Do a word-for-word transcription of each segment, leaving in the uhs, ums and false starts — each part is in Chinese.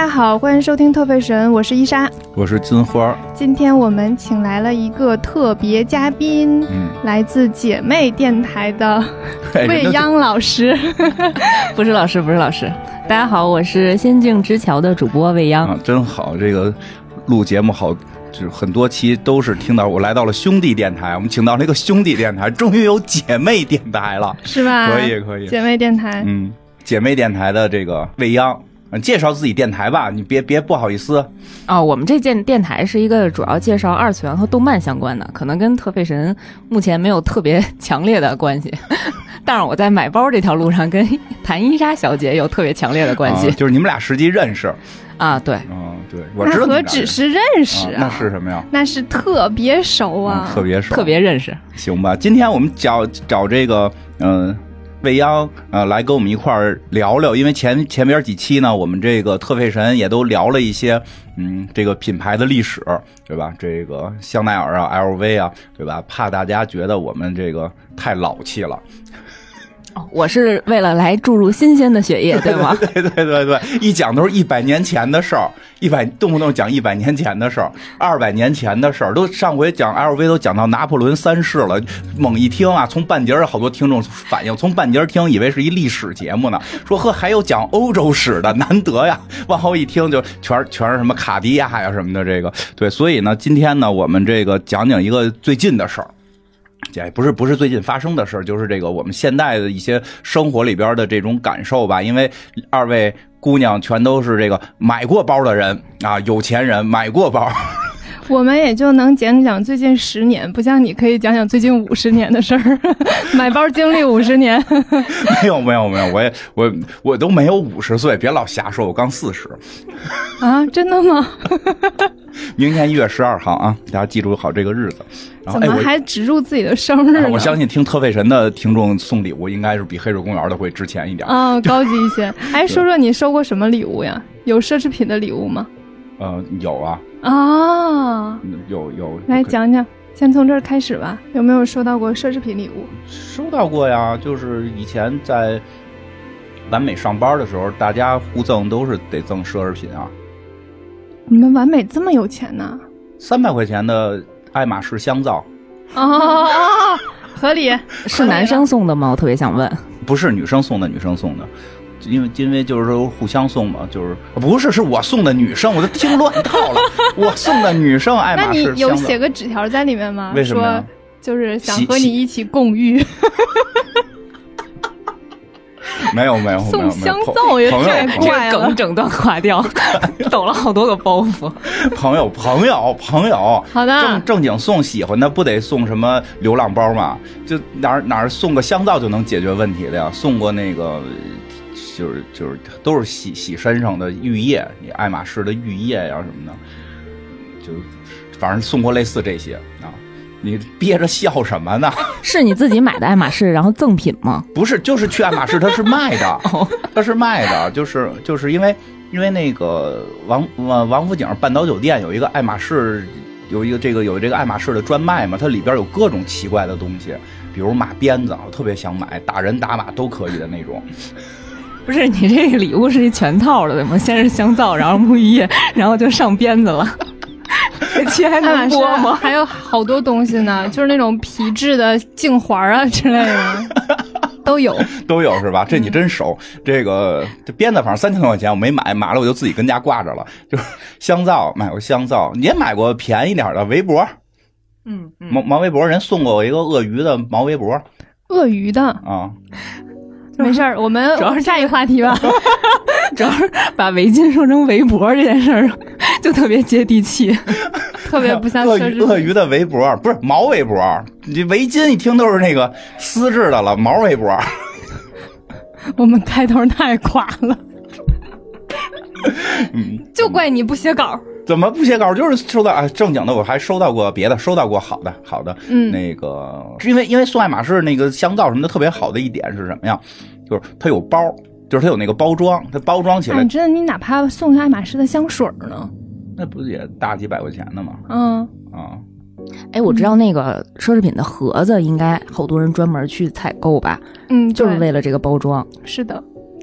好，欢迎收听特费神，我是伊莎， 我是金花。 今天我们请来了一个特别嘉宾，嗯，来自姐妹电台的未央老师。 不是老师，不是老师。大家好，我是仙境之桥的主播未央。 啊，真好，这个录节目好。就是很多期都是听到我来到了兄弟电台，我们请到了一个兄弟电台，终于有姐妹电台了， 是吧？ 可以可以， 姐妹电台， 嗯，姐妹电台的这个未央，介绍自己电台吧，你别别不好意思。 哦，我们这件电台是一个主要介绍二次元和动漫相关的，可能跟特费神目前没有特别强烈的关系。但是我在买包这条路上跟谭伊莎小姐有特别强烈的关系， 啊、就是你们俩实际认识啊，对， 嗯，对，我知道那何止是认识啊， 啊那是什么呀？ 那是特别熟啊， 嗯、特别熟， 特别认识。 行吧，今天我们找找这个，嗯、呃。未央呃来跟我们一块儿聊聊，因为前前边几期呢，我们这个特费神也都聊了一些嗯这个品牌的历史，对吧？这个香奈儿啊 L V 啊，对吧？怕大家觉得我们这个太老气了。 哦，我是为了来注入新鲜的血液，对吗？ 对对对对，一讲都是一百年前的事儿，一百动不动讲一百年前的事儿，二百年前的事儿，都上回讲 L V 都讲到拿破仑三世了，猛一听啊，从半截儿好多听众反映，从半截儿听以为是一历史节目呢，说呵还有讲欧洲史的，难得呀，往后一听就全全是什么卡地亚呀什么的，这个对，所以呢，今天呢，我们这个讲讲一个最近的事儿。也不是不是最近发生的事儿，就是这个我们现代的一些生活里边的这种感受吧。因为二位姑娘全都是这个买过包的人啊，有钱人买过包。 我们也就能讲讲最近十年，不像你可以讲讲最近五十年的事儿，买包经历五十年。 没有没有没有，我也我我都没有五十岁，别老瞎说，我刚四十。 啊，真的吗？ 明天一月十二号啊，大家记住好这个日子。 怎么还植入自己的生日呢？ 啊、我相信听特费神的听众送礼物，应该是比黑水公园的会值钱一点啊、哦，高级一些。哎，说说你收过什么礼物呀？有奢侈品的礼物吗？ 呃，有啊。 啊， 有有， 来讲讲，先从这儿开始吧。有没有收到过奢侈品礼物？ 收到过呀，就是以前在完美上班的时候，大家互赠都是得赠奢侈品啊。 你们完美这么有钱呢？ 三百块钱的爱马仕香皂。 哦哦，合理。 是男生送的吗？我特别想问。 不是女生送的，女生送的。因为因为就是说互相送嘛，就是不是是我送的女生，我都听乱套了。我送的女生爱马仕香皂。 那你有写个纸条在里面吗？ 为什么呀？ 说就是想和你一起共浴。 没有没有没有， 送香皂也太怪了， 这个梗整段垮掉，抖了好多个包袱。 朋友朋友朋友， 好的， 正正经送喜欢的不得送什么流浪包嘛？就哪儿哪儿送个香皂就能解决问题的呀？送过那个。就是就是都是洗洗身上的浴液，你爱马仕的浴液呀什么的，就反正送过类似这些啊。你憋着笑什么呢？ 是你自己买的爱马仕然后赠品吗？ 不是，就是去爱马仕，它是卖的，它是卖的，就是就是因为因为那个王王府井半岛酒店有一个爱马仕，有一个这个有这个爱马仕的专卖嘛，它里边有各种奇怪的东西，比如马鞭子，我特别想买，打人打马都可以的那种。 不是，你这个礼物是一全套的对吗？先是香皂，然后沐浴液，然后就上鞭子了。这期还能播吗？ 还有好多东西呢，就是那种皮质的颈环啊之类的，都有， 都有是吧？这你真熟。嗯、这个这鞭子反正三千多块钱，我没买，买了我就自己跟家挂着了。就是香皂，买过香皂，你也买过便宜点的围脖。 嗯，嗯毛毛围脖，人送过我一个鳄鱼的毛围脖。 鳄鱼的啊。 没事儿，我们主要是下一话题吧。 主要是把围巾说成围脖这件事儿，就特别接地气， 特别不像鳄鱼鳄鱼的围脖，不是毛围脖。你围巾一听都是那个丝质的了，毛围脖。 我们开头太垮了， 嗯， 就怪你不写稿。 怎么不写稿？就是收到啊，正经的我还收到过别的，收到过好的好的， 嗯， 那个因为因为送爱马仕那个香皂什么的特别好的一点是什么呀？就是它有包，就是它有那个包装，它包装起来。 哎，真的，你哪怕送爱马仕的香水呢， 那不也大几百块钱的吗？ 嗯啊， 哎，我知道那个奢侈品的盒子应该好多人专门去采购吧？ 嗯， 就是为了这个包装。 是的。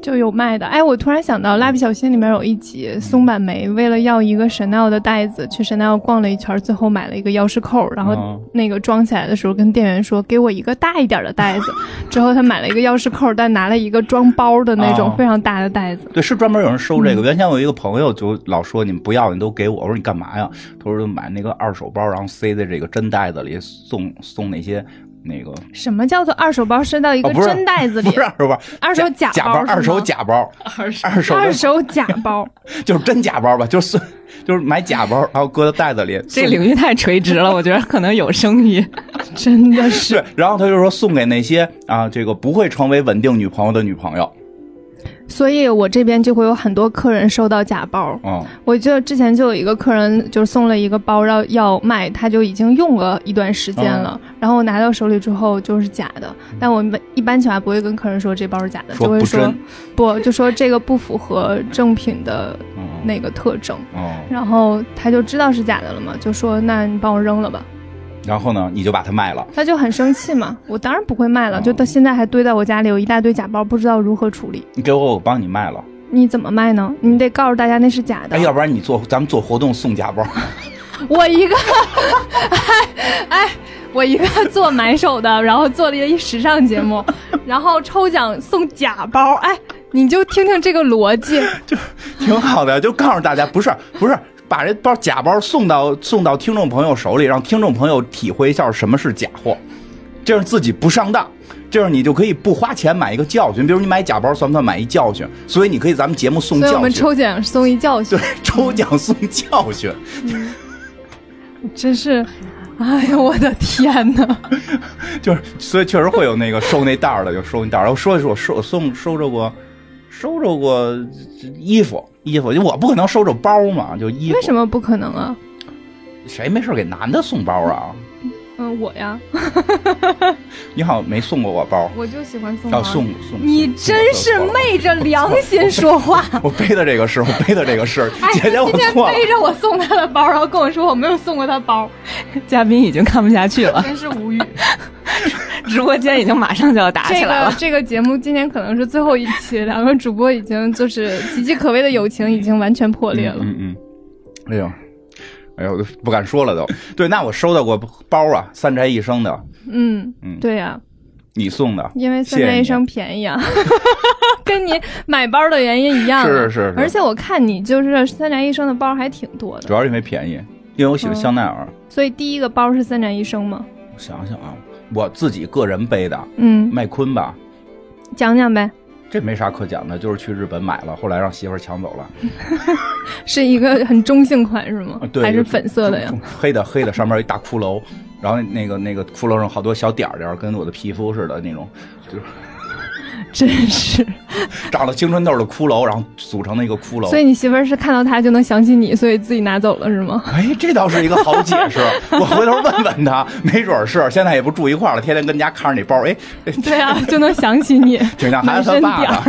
就有卖的。哎，我突然想到蜡笔小新里面有一集，松坂梅为了要一个 Chanel 的袋子去 Chanel 逛了一圈，最后买了一个钥匙扣，然后那个装起来的时候跟店员说给我一个大一点的袋子，之后他买了一个钥匙扣，但拿了一个装包的那种非常大的袋子。 对，是专门有人收这个。原先我有一个朋友就老说你们不要你都给我，我说你干嘛呀？他说买那个二手包，然后塞在这个真袋子里，送送那些那个。 什么叫做二手包塞到一个真袋子里？ 哦、不是二手包， 二手假包， 包， 二手假包， 二手二手二手假包， 就是真假包吧，就是就是买假包，然后搁在袋子里。 这领域太垂直了，我觉得可能有生意， 真的是。 对，然后他就说送给那些啊，这个不会成为稳定女朋友的女朋友。 所以我这边就会有很多客人收到假包。 哦， 我就之前就有一个客人就是送了一个包要要卖，他就已经用了一段时间了，嗯、然后我拿到手里之后就是假的。但我们一般情况不会跟客人说这包是假的，就会说不，就说这个不符合正品的那个特征。 哦， 然后他就知道是假的了嘛，就说那你帮我扔了吧。 然后呢，你就把它卖了， 他就很生气嘛。我当然不会卖了，哦、就到现在还堆在我家里有一大堆假包，不知道如何处理。 你给我，我帮你卖了。 你怎么卖呢？你得告诉大家那是假的。 哎，要不然你做咱们做活动送假包。 我一个，哎哎，我一个做买手的，然后做了一时尚节目，然后抽奖送假包，哎，你就听听这个逻辑， 就挺好的，就告诉大家，不是不是。把这包假包送到送到听众朋友手里，让听众朋友体会一下什么是假货，这样自己不上当，这样你就可以不花钱买一个教训。比如你买假包算不算买一教训？所以你可以咱们节目送教训， 所以我们抽奖送一教训， 对，抽奖送教训。 嗯、真是，哎呀，我的天哪！ 就是所以确实会有那个收那袋的，就收那袋。然后说一说，收送收着过，收着过衣服。衣服就我不可能收着包嘛，就衣服。 为什么不可能啊？ 谁没事给男的送包啊？ 嗯，我呀。 你好像没送过我包。 我就喜欢送包。 要送送。 你真是昧着良心说话。 我背的这个是，我背的这个是，姐姐我错了。今天背着我送他的包，然后跟我说我没有送过他包， 嘉宾已经看不下去了， 真是无语。 直播间已经马上就要打起来了。 这个这个节目今天可能是最后一期，两个主播已经就是岌岌可危的友情已经完全破裂了。 嗯 嗯, 嗯，哎呦，哎呦，不敢说了都。对，那我收到过包啊，三宅一生的。 嗯嗯，对呀、啊。 你送的， 因为三宅一生便宜啊，跟你买包的原因一样、啊。 是是 是, 是。 而且我看你就是三宅一生的包还挺多的。 主要是因为便宜，因为我喜欢香奈儿、嗯。 所以第一个包是三宅一生吗？ 我想想啊。我自己个人背的， 嗯， 麦昆吧， 讲讲呗。 这没啥可讲的，就是去日本买了，后来让媳妇儿抢走了。 是一个很中性款是吗？ 对， 还是粉色的呀？ 黑的，黑的，上面有一大骷髅，然后那个那个骷髅上好多小点点，跟我的皮肤似的那种，就是。 真是长了青春痘的骷髅，然后组成的一个骷髅。 所以你媳妇儿是看到他就能想起你，所以自己拿走了是吗？ 哎，这倒是一个好解释。我回头问问他，没准是现在也不住一块了，天天跟家看着你包，哎， 对啊，就能想起你， 挺像孩子他爸爸。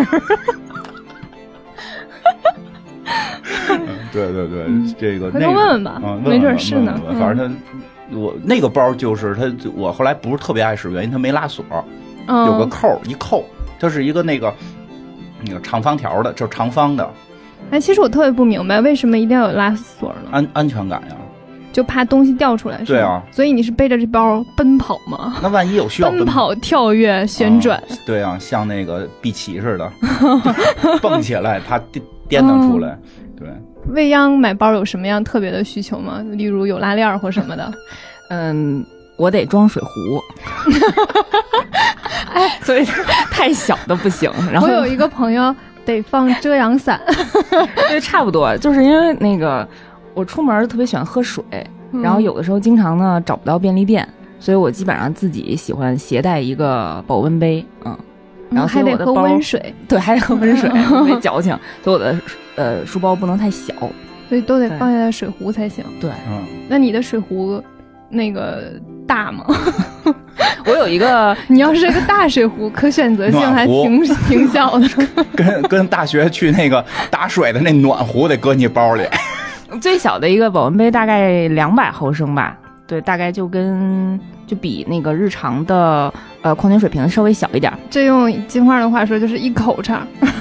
对对对，这个回头问问吧， 嗯、 没准是呢。 问问反正他、嗯、我那个包就是他，我后来不是特别爱使，原因他没拉锁， 嗯、 有个扣一扣。它是一个那个那个长方条的，就是长方的。 哎，其实我特别不明白，为什么一定要有拉锁呢？ 安安全感呀， 就怕东西掉出来。 对啊， 所以你是背着这包奔跑吗？ 那万一有需要奔奔跑、跳跃、旋转、 啊，对啊，像那个碧琪似的，蹦起来，它颠腾出来。嗯、对。 未央买包有什么样特别的需求吗？例如有拉链或什么的？ 嗯。我得装水壶，哎，所以太小的不行。然后我有一个朋友得放遮阳伞， 对，差不多，就是因为那个我出门特别喜欢喝水，嗯、然后有的时候经常呢找不到便利店，所以我基本上自己喜欢携带一个保温杯，嗯，然后还得喝温水， 对，还得喝温水，特别矫情，所以我的呃书包不能太小， 所以都得放下来水壶才行。 对， 嗯， 那你的水壶那个大吗？ 我有一个， 你要是一个大水壶，可选择性还挺挺小的。 跟跟大学去那个打水的那暖壶得搁你包里。 最小的一个保温杯大概两百毫升吧，对，大概就跟就比那个日常的呃矿泉水瓶稍微小一点。 这用金花的话说就是一口肠。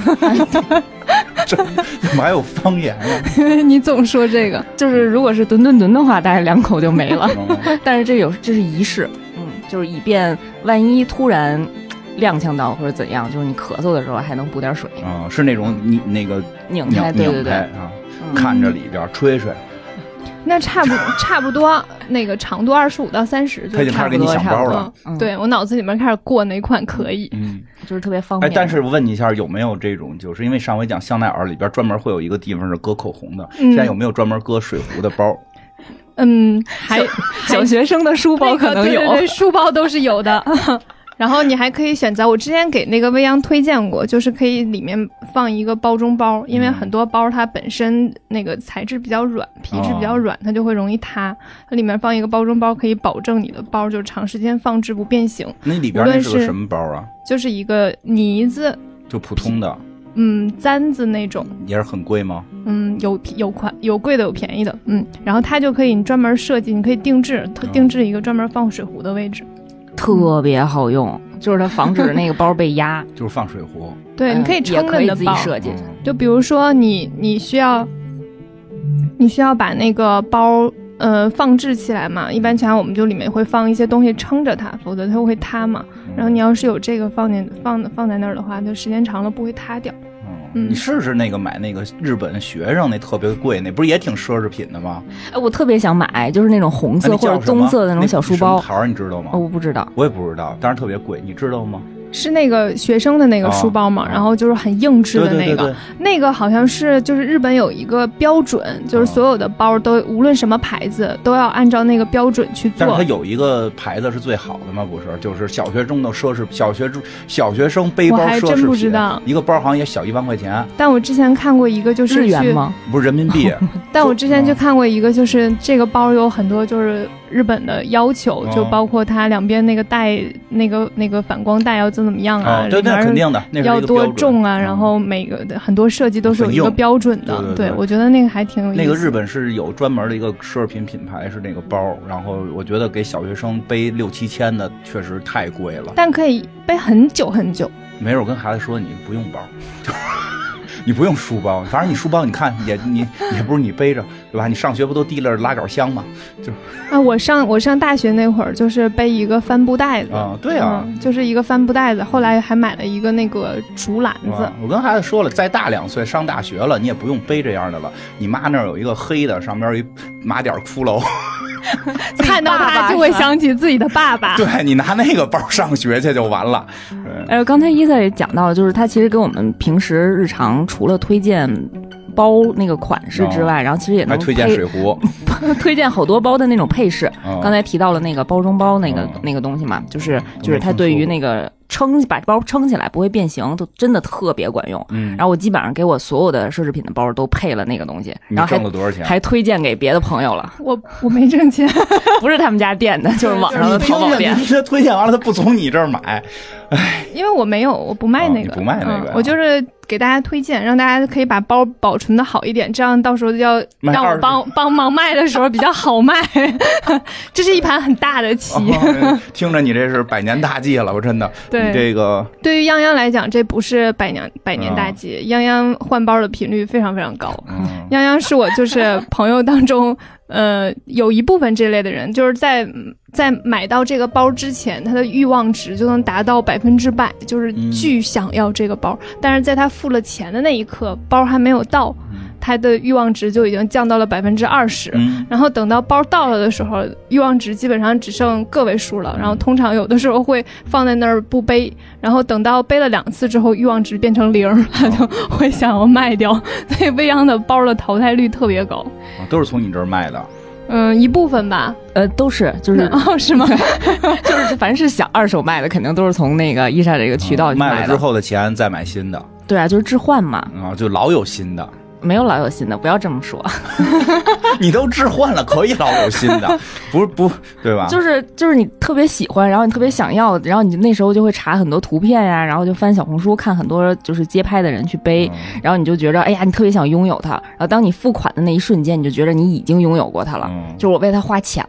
这怎么还有方言啊？ 你总说这个， 就是如果是吨吨吨的话，大概两口就没了。但是这有这是仪式，嗯，就是以便万一突然踉跄到或者怎样，就是你咳嗽的时候还能补点水。 啊、嗯，是那种你那个拧开，对对对啊、嗯，看着里边吹吹。 那差不差不多，那个长度二十五到三十，就差不多。差不多。 嗯，对我脑子里面开始过哪款可以， 嗯，就是特别方便。 哎，但是我问你一下，有没有这种，就是因为上回讲香奈儿里边专门会有一个地方是搁口红的，嗯、现在有没有专门搁水壶的包？ 嗯，还小学生的书包可能有， 对对对，书包都是有的。然后你还可以选择，我之前给那个未央推荐过，就是可以里面放一个包中包，因为很多包它本身那个材质比较软，皮质比较软，它就会容易塌。它里面放一个包中包，可以保证你的包就是长时间放置不变形。 那里边那是个什么包啊？ 就是一个呢子， 就普通的， 嗯，簪子那种。 也是很贵吗？ 嗯，有有款有贵的有便宜的，嗯，然后它就可以你专门设计，你可以定制，定制一个专门放水壶的位置。 特别好用，就是它防止那个包被压， 就是放水壶。 对，你可以撑着你的包， 也可以自己设计。 就比如说你你需要，你需要把那个包呃放置起来嘛，一般情况我们就里面会放一些东西撑着它，否则它会塌嘛。然后你要是有这个放进放放在那儿的话，它时间长了不会塌掉。 嗯，你试试那个买那个日本学生那特别贵，那不是也挺奢侈品的吗？ 哎，我特别想买，就是那种红色或者棕色的那种小书包。 牌儿你知道吗？ 哦，我不知道， 我也不知道，但是特别贵，你知道吗？ 是那个学生的那个书包嘛、哦、然后就是很硬质的那个， 对对对对， 那个好像是就是日本有一个标准，就是所有的包都无论什么牌子都要按照那个标准去做。 但是它有一个牌子是最好的吗？不是，就是小学中的奢侈，小学小学生背包奢侈品， 我还真不知道， 一个包好像也小一万块钱。 但我之前看过一个就是日元吗？ 不是人民币。 但我之前就看过一个，就是这个包有很多就是日本的要求， 哦、 就包括它两边那个带那个那个反光带要怎么怎么样啊。 哦对，那肯定的，那是要多重啊，然后每个很多设计都是有一个标准的。 对, 对, 对, 对，我觉得那个还挺有意思。 那个日本是有专门的一个奢侈品品牌是那个包，然后我觉得给小学生背六七千的确实太贵了， 但可以背很久很久。 没事，我跟孩子说你不用包。你不用书包，反正你书包你看也你也不是你背着，对吧？你上学不都提了拉杆箱吗？就啊，我上我上大学那会儿就是背一个帆布袋子啊，对啊、 嗯，就是一个帆布袋子。后来还买了一个那个竹篮子、啊。 我跟孩子说了，再大两岁上大学了，你也不用背这样的了。你妈那儿有一个黑的，上面有一马点骷髅。 看到他就会想起自己的爸爸。 对，你拿那个包上学去就完了。 呃，刚才伊赛也讲到了，就是他其实跟我们平时日常除了推荐包那个款式之外，哦、然后其实也能推荐水壶， 推荐好多包的那种配饰。 哦、 刚才提到了那个包中包那个、哦、那个东西嘛，就是就是它对于那个撑把包撑起来不会变形，都真的特别管用。 嗯， 然后我基本上给我所有的奢侈品的包都配了那个东西，然后还挣了多少钱？ 还推荐给别的朋友了。 我我没挣钱， 不是他们家店的，就是网上的淘宝店。 你这推荐完了，他不从你这儿买，哎， 因为我没有，我不卖那个， 哦、不卖那个、啊嗯，我就是给大家推荐，让大家可以把包保存的好一点，这样到时候就要让我帮帮忙卖的时候比较好卖。这是一盘很大的棋、 哦，听着你这是百年大计了，我真的。 对， 你这个对于泱泱来讲，这不是百年百年大计，泱泱、嗯、换包的频率非常非常高。 嗯， 泱泱是我就是朋友当中。呃，有一部分这类的人，就是在在买到这个包之前，他的欲望值就能达到百分之百，就是巨想要这个包。嗯、但是在他付了钱的那一刻，包还没有到，嗯、他的欲望值就已经降到了百分之二十。然后等到包到了的时候，欲望值基本上只剩个位数了。然后通常有的时候会放在那儿不背，然后等到背了两次之后，欲望值变成零，他就会想要卖掉。所以未央的包的淘汰率特别高。 啊，都是从你这儿卖的。 嗯，一部分吧， 呃，都是，就是哦，是吗？ 就是凡是想二手卖的，肯定都是从那个伊莎这个渠道去卖的。 卖了之后的钱再买新的。 对啊，就是置换嘛。 啊，就老有新的。 没有老有新的，不要这么说。 你都置换了，可以老有新的，不是不对吧？ 就是就是你特别喜欢，然后你特别想要，然后你那时候就会查很多图片呀，然后就翻小红书看很多就是街拍的人去背，嗯、然后你就觉得哎呀，你特别想拥有它。然后当你付款的那一瞬间，你就觉得你已经拥有过它了，嗯、就是我为它花钱了。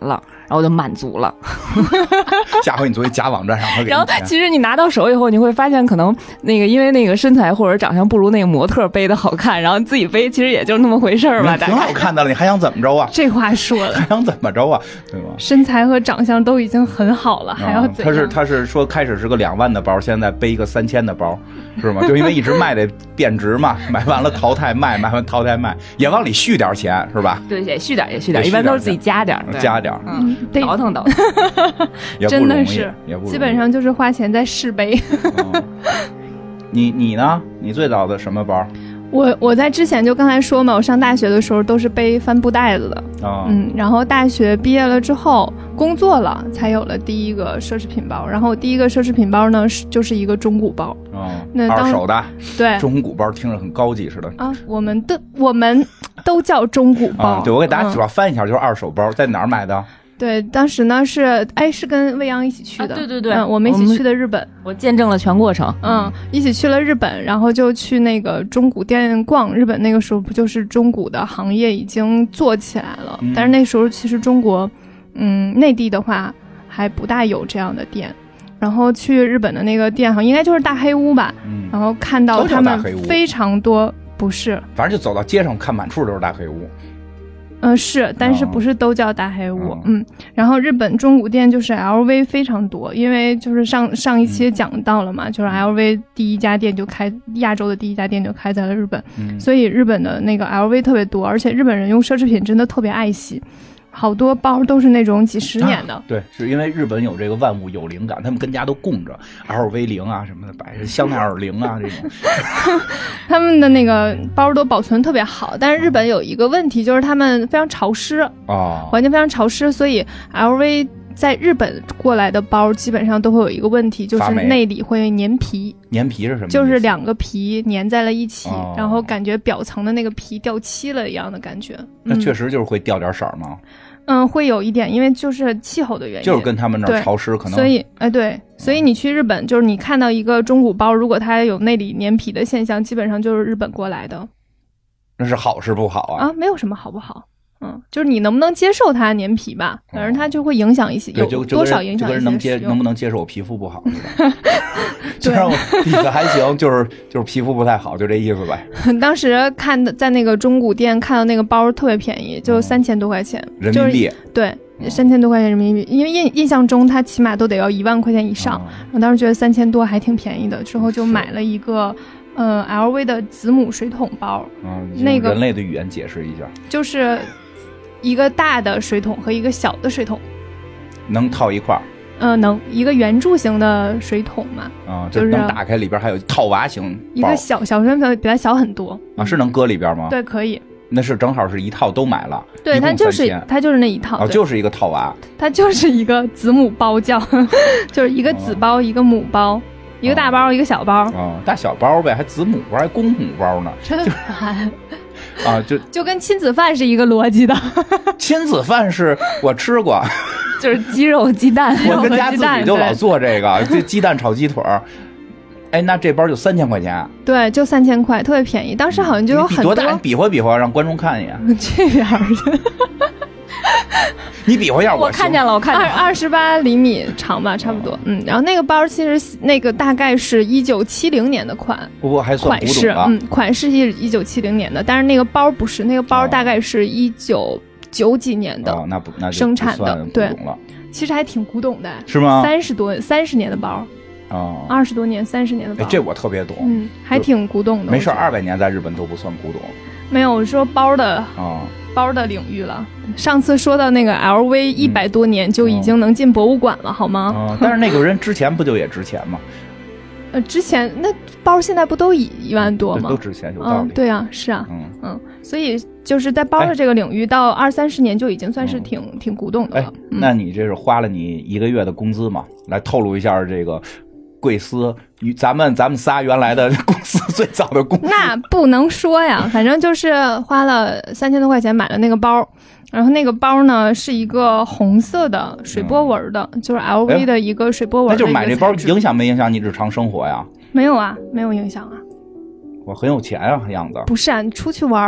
然后我就满足了。 下回你作为假网站上会给你然后其实你拿到手以后，你会发现可能那个因为那个身材或者长相不如那个模特背的好看，然后自己背其实也就那么回事儿吧， 挺好看的了，你还想怎么着啊？ 这话说了， 还想怎么着啊？对吧？ 身材和长相都已经很好了，还要怎样？ 他是他是说开始是个两万的包，现在背一个三千的包，是吗？就因为一直卖得贬值嘛，买完了淘汰卖，买完淘汰卖，也往里续点钱，是吧？ 对，也续点也续点，一般都是自己加点， 加点， 嗯，倒腾倒腾， 真的是， 也不基本上就是花钱在试背。 嗯、你你呢？你最早的什么包？ 我我在之前就刚才说嘛，我上大学的时候都是背帆布袋子的， 哦、 嗯，然后大学毕业了之后工作了，才有了第一个奢侈品包。然后第一个奢侈品包呢，是就是一个中古包， 哦， 那二手的， 对， 中古包听着很高级似的啊。我们的我们都叫中古包， 啊、对我给大家主要翻一下，就是二手包，在哪儿买的？ 对，当时呢是，哎，是跟未央一起去的， 啊、对对对、 嗯，我们一起去的日本， 我见证了全过程， 嗯，一起去了日本，然后就去那个中古店逛。日本那个时候不就是中古的行业已经做起来了， 嗯、 但是那时候其实中国，嗯，内地的话还不大有这样的店。然后去日本的那个店，好像应该就是大黑屋吧， 嗯， 然后看到他们非常多，不是， 反正就走到街上看满处都是大黑屋。 嗯、呃，是，但是不是都叫大黑屋、 哦、 嗯，然后日本中古店就是 L V 非常多，因为就是上上一期讲到了嘛、嗯、就是 L V 第一家店就开亚洲的第一家店就开在了日本、 嗯、 所以日本的那个 L V 特别多，而且日本人用奢侈品真的特别爱惜，好多包都是那种几十年的、 啊、对，是因为日本有这个万物有灵感，他们跟家都供着 L V 零啊什么的，摆着香奈儿零啊这种他们的那个包都保存特别好，但是日本有一个问题，就是他们非常潮湿啊、 哦， 环境非常潮湿，所以 L V 在日本过来的包基本上都会有一个问题，就是内里会粘皮。 粘皮是什么？ 就是两个皮粘在了一起、 哦、 然后感觉表层的那个皮掉漆了一样的感觉。 那确实就是会掉点色吗？ 嗯，会有一点，因为就是气候的原因， 就是跟他们那儿潮湿可能。 所以，哎，对，所以你去日本，就是你看到一个中古包，如果它有内里粘皮的现象，基本上就是日本过来的。 那是好是不好啊？ 啊，没有什么好不好。嗯，就是你能不能接受它粘皮吧，反正它就会影响一些， 有多少影响一些。 就跟人能接能不能接受我皮肤不好是吧？虽然我底子还行，就是就是皮肤不太好，就这意思呗。 当时看在那个中古店看到那个包特别便宜，就三千多块钱、 嗯、人民币。 对，三千多块钱人民币，因为印印象中它起码都得要一万块钱以上。 嗯、 我当时觉得三千多还挺便宜的，之后就买了一个。呃 ，L V 的子母水桶包， 嗯， 那个人类的语言解释一下， 就是一个大的水桶和一个小的水桶， 能套一块儿。 呃，能一个圆柱形的水桶嘛？ 啊、嗯， 就是能打开，里边还有套娃型包， 一个小小水桶比它小很多啊，是能搁里边吗？ 对，可以。 那是正好是一套都买了， 对，它就是它就是那一套， 哦，就是一个套娃， 它就是一个子母包叫，就是一个子包、哦、一个母包。一个大包、哦、一个小包哦，大小包呗，还子母包还公母包呢， 真烦啊！就就跟亲子饭是一个逻辑的。 亲子饭是我吃过， 就是鸡肉鸡蛋， 我跟家自己就老做这个，这鸡蛋炒鸡腿儿。哎，那这包就三千块钱？ 对，就三千块，特别便宜。当时好像就有很多。 多大？你比划比划，让观众看一眼。 这边去。 你比划一下， 我看见了，我看见了， 二二十八厘米长吧，差不多。嗯，然后那个包其实那个大概是一九七零年的款， 不过还算款式，嗯，款式是一九七零年的，但是那个包不是，那个包大概是一九九几年的， 哦，那不那生产的，对，其实还挺古董的， 是吗？ 三十多三十年的包。 哦， 二十多年、三十年的包， 哎，这我特别懂， 嗯，还挺古董的。 没事，二百年在日本都不算古董。 没有，我说包的啊。哦包的领域了，上次说到那个 L V 一百多年就已经能进博物馆了，嗯、好吗？ 哦，但是那个人之前不就也值钱吗？ 呃，之前那包现在不都一一万多吗？ 都值钱，有道理。 嗯，对啊，是啊， 嗯嗯，所以就是在包的这个领域，到二三十年就已经算是挺、嗯、挺古董的了。 哎，那你这是花了你一个月的工资吗？来透露一下这个。贵司与咱们咱们仨原来的公司最早的公司， 那不能说呀，反正就是花了三千多块钱买了那个包，然后那个包呢是一个红色的水波纹的，嗯、就是 L V 的一个水波纹的一个材质。 那就买这包影响没影响你日常生活呀？ 没有啊，没有影响啊。 我很有钱啊，样子。 不是啊，你出去玩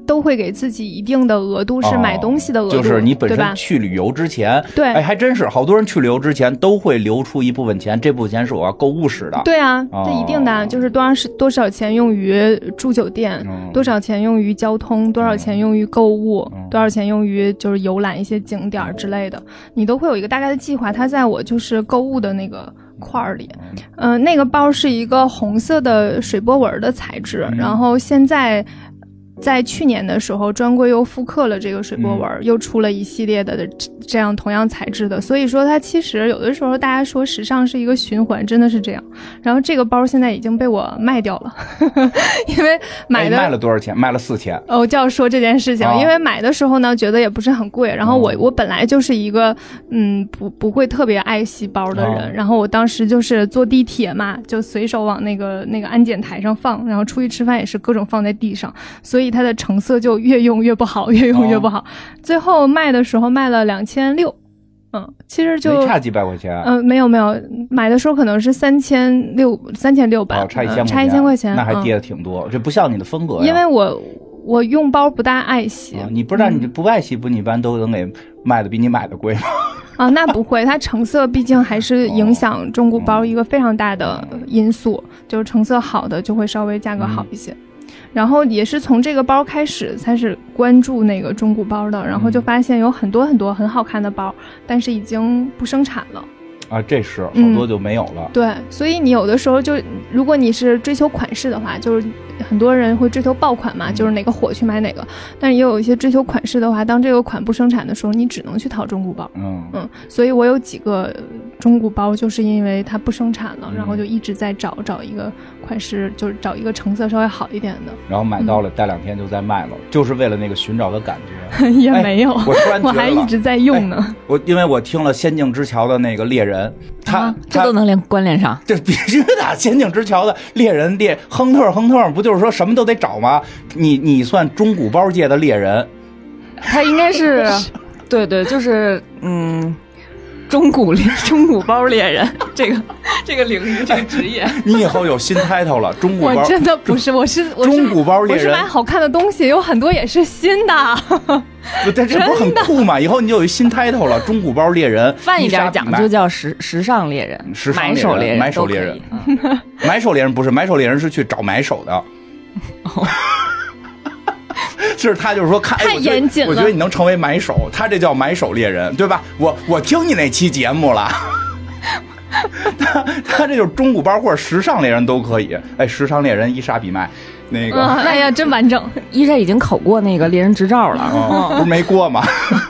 都会给自己一定的额度，是买东西的额度， 哦、就是你本身去旅游之前， 对， 哎，还真是好多人去旅游之前都会留出一部分钱，这部分钱是我要购物使的。 对啊， 哦、 这一定的，就是多少是多少钱用于住酒店、嗯，多少钱用于交通，多少钱用于购物，嗯、多少钱用于就是游览一些景点之类的，你都会有一个大概的计划。它在我就是购物的那个块儿里，嗯、呃，那个包是一个红色的水波纹的材质，嗯、然后现在。在去年的时候，专柜又复刻了这个水波纹、嗯，又出了一系列的这样同样材质的，所以说它其实有的时候大家说时尚是一个循环，真的是这样。然后这个包现在已经被我卖掉了，呵呵因为买的、 哎、卖了多少钱？卖了四千。 哦，就要说这件事情、哦，因为买的时候呢，觉得也不是很贵。然后我、哦、我本来就是一个嗯不不会特别爱惜包的人、哦，然后我当时就是坐地铁嘛，就随手往那个那个安检台上放，然后出去吃饭也是各种放在地上，所以它的成色就越用越不好，越用越不好。哦、最后卖的时候卖了两千六，嗯，其实就没差几百块钱。 嗯、呃，没有没有，买的时候可能是三千六三千六百， 哦，差一千块钱， 差一千块钱， 那还跌的挺多，这、嗯、不像你的风格呀。 因为我我用包不大爱惜， 啊、你不但你不爱惜，不、嗯、你一般都能给卖的比你买的贵吗？ 啊，那不会，它成色毕竟还是影响中古包一个非常大的因素，哦、就是成色好的就会稍微价格好一些。嗯，然后也是从这个包开始才是关注那个中古包的，然后就发现有很多很多很好看的包，但是已经不生产了。 啊，这是好多就没有了、嗯。 对，所以你有的时候就，如果你是追求款式的话，就是很多人会追求爆款嘛，嗯、就是哪个火去买哪个。但是也有一些追求款式的话，当这个款不生产的时候，你只能去淘中古包。嗯嗯，所以我有几个中古包，就是因为它不生产了，嗯、然后就一直在找找一个款式，就是找一个成色稍微好一点的。 然后买到了，待、嗯、两天就在卖了，就是为了那个寻找的感觉。 也没有， 哎、我突然觉得我还一直在用呢。 哎、我因为我听了《仙境之桥》的那个猎人。他、啊、 这都能连关联上， 这必须的。仙境之桥的猎人猎亨特，亨特不就是说什么都得找吗？你你算中古包界的猎人， 他应该是，对对，就是嗯，中古猎中古包猎人这个这个领域这个职业， 你以后有新 title 了。中古包我真的不是，我是我是中古包猎人， 我是买好看的东西，有很多也是新的。 不，但这不是很酷吗？以后你就有一新 title 了，中古包猎人。 泛一点讲就叫时时尚猎人， 时尚买手猎人， 买手猎人，嗯、买手猎人不是买手猎人是去找买手的。哦是他就是说看太严谨了， 我觉得你能成为买手，他这叫买手猎人，对吧？我我听你那期节目了。他他这就是中古包或者时尚猎人都可以。哎，时尚猎人伊莎比麦。那个， 嗯、哎呀，真完整！ 伊莎已经考过那个猎人执照了， 哦、不是没过吗？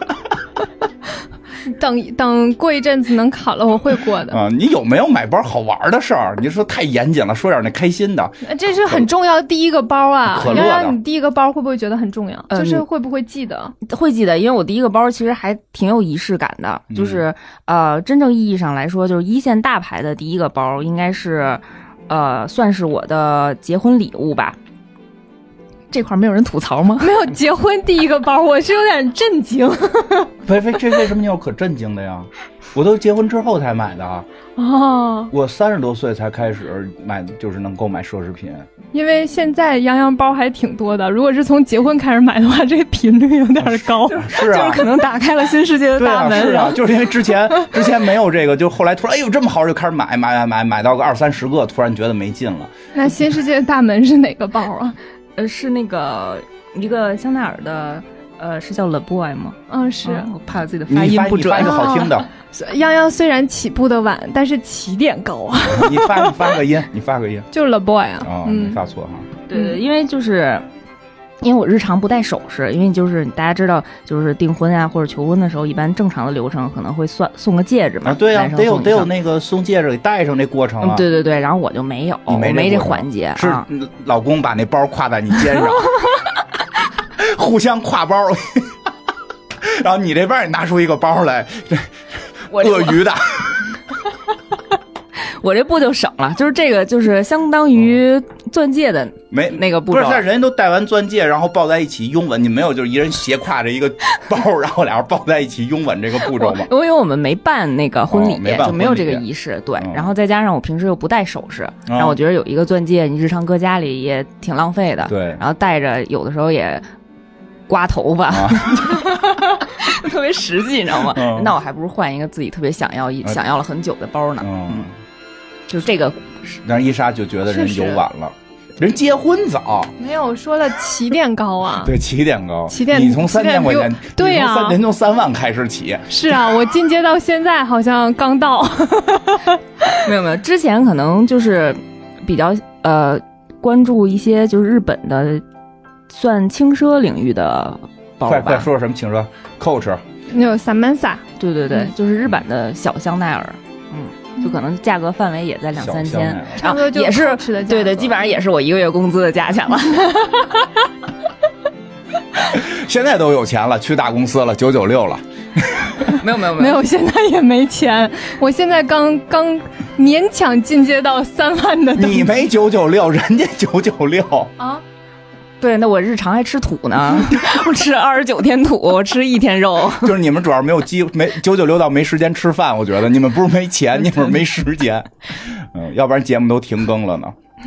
等等过一阵子能考了，我会过的。 啊、嗯，你有没有买包好玩的事儿？你说太严谨了，说点那开心的。 这是很重要的第一个包啊！ 可乐的， 你第一个包会不会觉得很重要？嗯、就是会不会记得？ 会记得，因为我第一个包其实还挺有仪式感的。嗯、就是呃，真正意义上来说，就是一线大牌的第一个包，应该是呃，算是我的结婚礼物吧。这块没有人吐槽吗？ 没有结婚第一个包，我是有点震惊。 为为这为什么你有可震惊的呀？我都结婚之后才买的。 哦， 我三十多岁才开始买，就是能购买奢侈品。 因为现在洋洋包还挺多的，如果是从结婚开始买的话，这个频率有点高。 是啊， 就是可能打开了新世界的大门。 啊是啊，就是因为之前之前没有这个，就后来突然哎呦这么好就开始买买买买买到个二三十个，突然觉得没劲了。 那新世界的大门是哪个包啊？ 呃，是那个一个香奈儿的，呃，是叫 Le Boy 吗？ 嗯，是。 哦、我怕我自己的发音不准。 你发一个好听的。 泱泱虽然起步的晚，但是起点高啊。 你发你发个音，你发个音。 就是 Le Boy 啊。 哦，没发错哈。 对对，因为就是。因为我日常不戴首饰，因为就是大家知道，就是订婚啊或者求婚的时候，一般正常的流程可能会算送个戒指嘛。 啊，对啊，得有得有那个送戒指给戴上这过程啊。 嗯、对对对，然后我就没有， 我没这环节。 是、啊、老公把那包挎在你肩上，互相挎包，然后你这边也拿出一个包来， 我鳄鱼的。 我这步就省了，就是这个就是相当于钻戒的没那个步骤。 不是，人家都戴完钻戒，然后抱在一起拥吻，你没有就是一人斜挎着一个包，然后俩人抱在一起拥吻这个步骤吗？ 因为我们没办那个婚礼， 哦、没办就没有这个仪式。对、 嗯， 然后再加上我平时又不戴首饰，然后我觉得有一个钻戒，你日常搁家里也挺浪费的。 对， 然后戴着有的时候也。 刮头发， 啊、 特别实际，你知道吗？ 嗯、 那我还不如换一个自己特别想要、嗯、想要了很久的包呢。 嗯， 嗯就是这个， 但是伊莎就觉得人游晚了。人结婚早， 没有说了起点高啊， 对，起点高， 起点你从三千块钱， 对呀、啊， 人从三万开始起， 是啊，我进阶到现在好像刚到， 没有没有，之前可能就是比较呃关注一些就是日本的算轻奢领域的包吧， 快快说说什么轻奢 ，Coach， 那有 Samansa， 对对对、嗯，就是日本的小香奈儿，嗯。就可能价格范围也在两三千， 差不多也是对对，基本上也是我一个月工资的价钱了。 现在都有钱了，去大公司了，九九六了。 没有没有没有，现在也没钱。我现在刚刚勉强进阶到三万的。 你没九九六，人家九九六啊。 对，那我日常还吃土呢，我吃二十九天土，我吃一天肉。 就是你们主要没有机没九九六到没时间吃饭，我觉得你们不是没钱，你们没时间，嗯，要不然节目都停更了呢。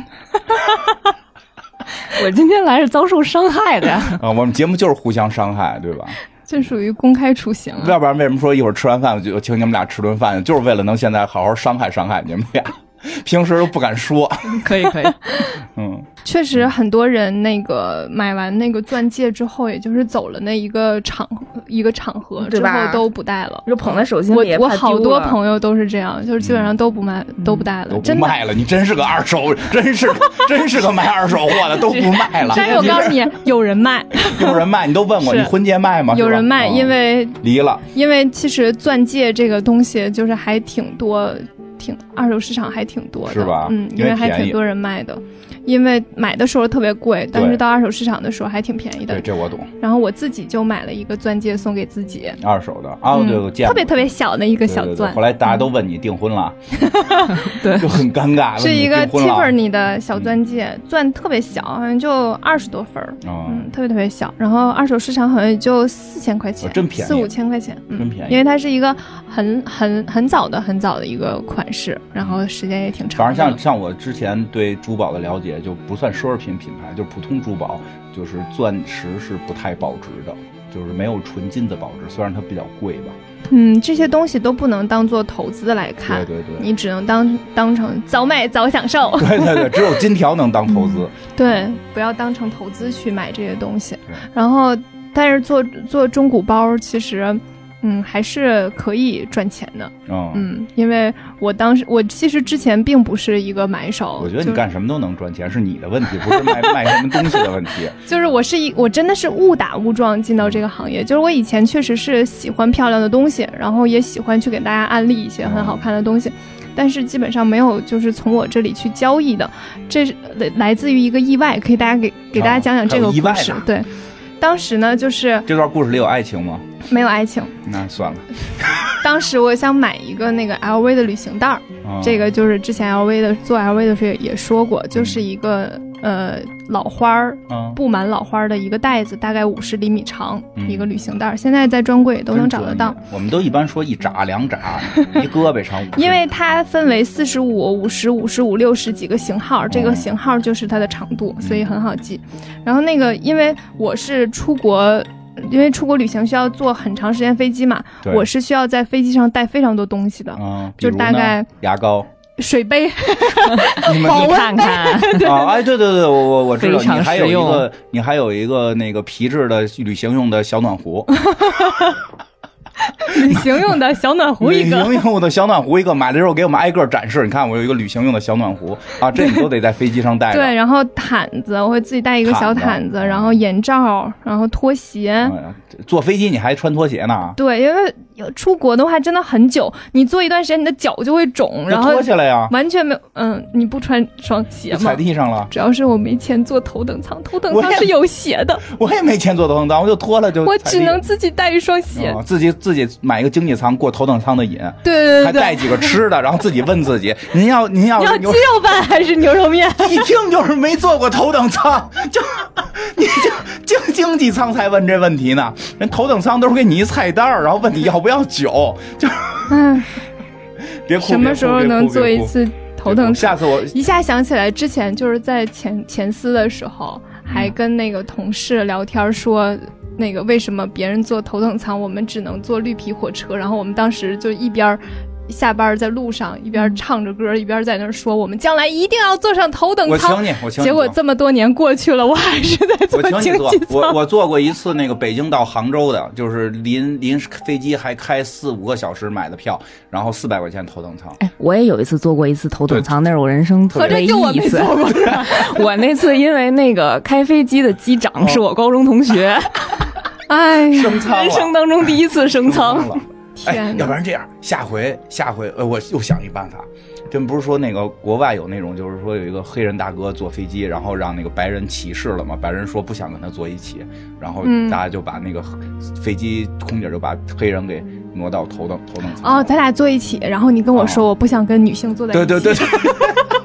我今天来是遭受伤害的呀。 啊，我们节目就是互相伤害，对吧？ 这属于公开处刑、啊。 要不然为什么说一会儿吃完饭我就请你们俩吃顿饭，就是为了能现在好好伤害伤害你们俩。平时都不敢说。 可以可以， 嗯， 确实很多人那个买完那个钻戒之后，也就是走了那一个场一个场合之后都不戴了， 就捧在手心里也我我好多朋友都是这样，就是基本上都不卖、嗯、都不戴了， 都不卖了。你真是个二手，真是真是个卖二手货的，都不卖了。 但是我告诉你，有人卖， 有人卖，你都问过你婚戒卖吗？ 有人卖，因为离了， 因为其实钻戒这个东西就是还挺多。挺二手市场还挺多的， 是吧？ 嗯，因为还挺多人卖的，因为买的时候特别贵，但是到二手市场的时候还挺便宜的。 对，这我懂。然后我自己就买了一个钻戒送给自己， 二手的啊，对，我见过， 特别特别小的一个小钻。 对对对，后来大家都问你订婚了， 对， 就很尴尬。 是一个 Tiffany 的小钻戒，嗯、钻特别小，好像就二十多分儿、哦，嗯，特别特别小。然后二手市场好像也就四千块钱， 哦、真便宜， 四五千块钱， 嗯、真便宜。 因为它是一个很很很早的很早的一个款式，然后时间也挺长。 反正像像我之前对珠宝的了解，就不算奢侈品品牌，就是普通珠宝，就是钻石是不太保值的，就是没有纯金的保值，虽然它比较贵吧。 嗯，这些东西都不能当做投资来看， 对对对， 你只能当当成早买早享受。 对对对，只有金条能当投资、嗯。 对，不要当成投资去买这些东西。然后，但是做做中古包，其实。嗯，还是可以赚钱的。 哦、 嗯，因为我当时我其实之前并不是一个买手。 我觉得你干什么都能赚钱，是你的问题，不是卖卖什么东西的问题。 就是我是一，我真的是误打误撞进到这个行业。就是我以前确实是喜欢漂亮的东西，然后也喜欢去给大家安利一些很好看的东西，哦、但是基本上没有就是从我这里去交易的。这是来自于一个意外，可以大家给给大家讲讲这个故事。哦、对，当时呢，就是这段故事里有爱情吗？ 没有爱情， 那算了。 当时我想买一个那个 L V 的旅行袋、哦、这个就是之前 L V 的做 L V 的时候也说过，就是一个、嗯、呃老花儿、嗯、布满老花的一个袋子，大概五十厘米长、嗯、一个旅行袋，现在在专柜都能找得到。 我们都一般说一拃两拃，一胳膊长。 因为它分为四十五、五十、五十五、六十几个型号，这个型号就是它的长度，嗯、所以很好记。然后那个因为我是出国。因为出国旅行需要坐很长时间飞机嘛，我是需要在飞机上带非常多东西的， 嗯、 就大概牙膏、 水杯， 你们你看看啊，哎，对对对，我我我知道，你还有一个，你还有一个那个皮质的旅行用的小暖壶。 旅行用的小暖壶一个， 旅行用的小暖壶一个，买了之后给我们挨个展示。你看，我有一个旅行用的小暖壶啊，这你都得在飞机上带着。 对，然后毯子，我会自己带一个小毯子，然后眼罩，然后拖鞋。 嗯、坐飞机你还穿拖鞋呢？ 对，因为出国的话真的很久，你坐一段时间，你的脚就会肿，然后脱下来呀， 完全没有。嗯，你不穿双鞋吗？ 踩地上了。 主要是我没钱坐头等舱，头等舱是有鞋的。 我 也, 我也没钱坐头等舱，我就脱了就。 我只能自己带一双鞋， 哦、自己自己买一个经济舱过头等舱的瘾。 对对 对, 对， 还带几个吃的，然后自己问自己：您要您要要鸡肉饭还是牛肉面？ 一听就是没坐过头等舱，就你就经经济舱才问这问题呢。人头等舱都是给你一菜单，然后问你要不要酒，就嗯， 别哭。 什么时候能坐一次头等舱？ 下次我一下想起来，之前就是在前前司的时候，还跟那个同事聊天说。 那个为什么别人坐头等舱，我们只能坐绿皮火车，然后我们当时就一边下班在路上一边唱着歌一边在那说我们将来一定要坐上头等舱。 我请你，我请你。 结果这么多年过去了，我还是在坐经济舱。 我我坐过一次那个北京到杭州的，就是临临飞机还开四五个小时买的票，然后四百块钱头等舱。 哎，我也有一次坐过一次头等舱，那是我人生唯一一次。我那次因为那个开飞机的机长是我高中同学， 哎呀， 升舱了， 人生当中第一次升舱了。哎，要不然这样，下回下回，呃，我又想一办法。真不是说那个国外有那种，就是说有一个黑人大哥坐飞机，然后让那个白人歧视了嘛，白人说不想跟他坐一起，然后大家就把那个飞机空姐就把黑人给挪到头等头等舱。 哦，咱俩坐一起，然后你跟我说、哦、我不想跟女性坐在一起。 对对对对。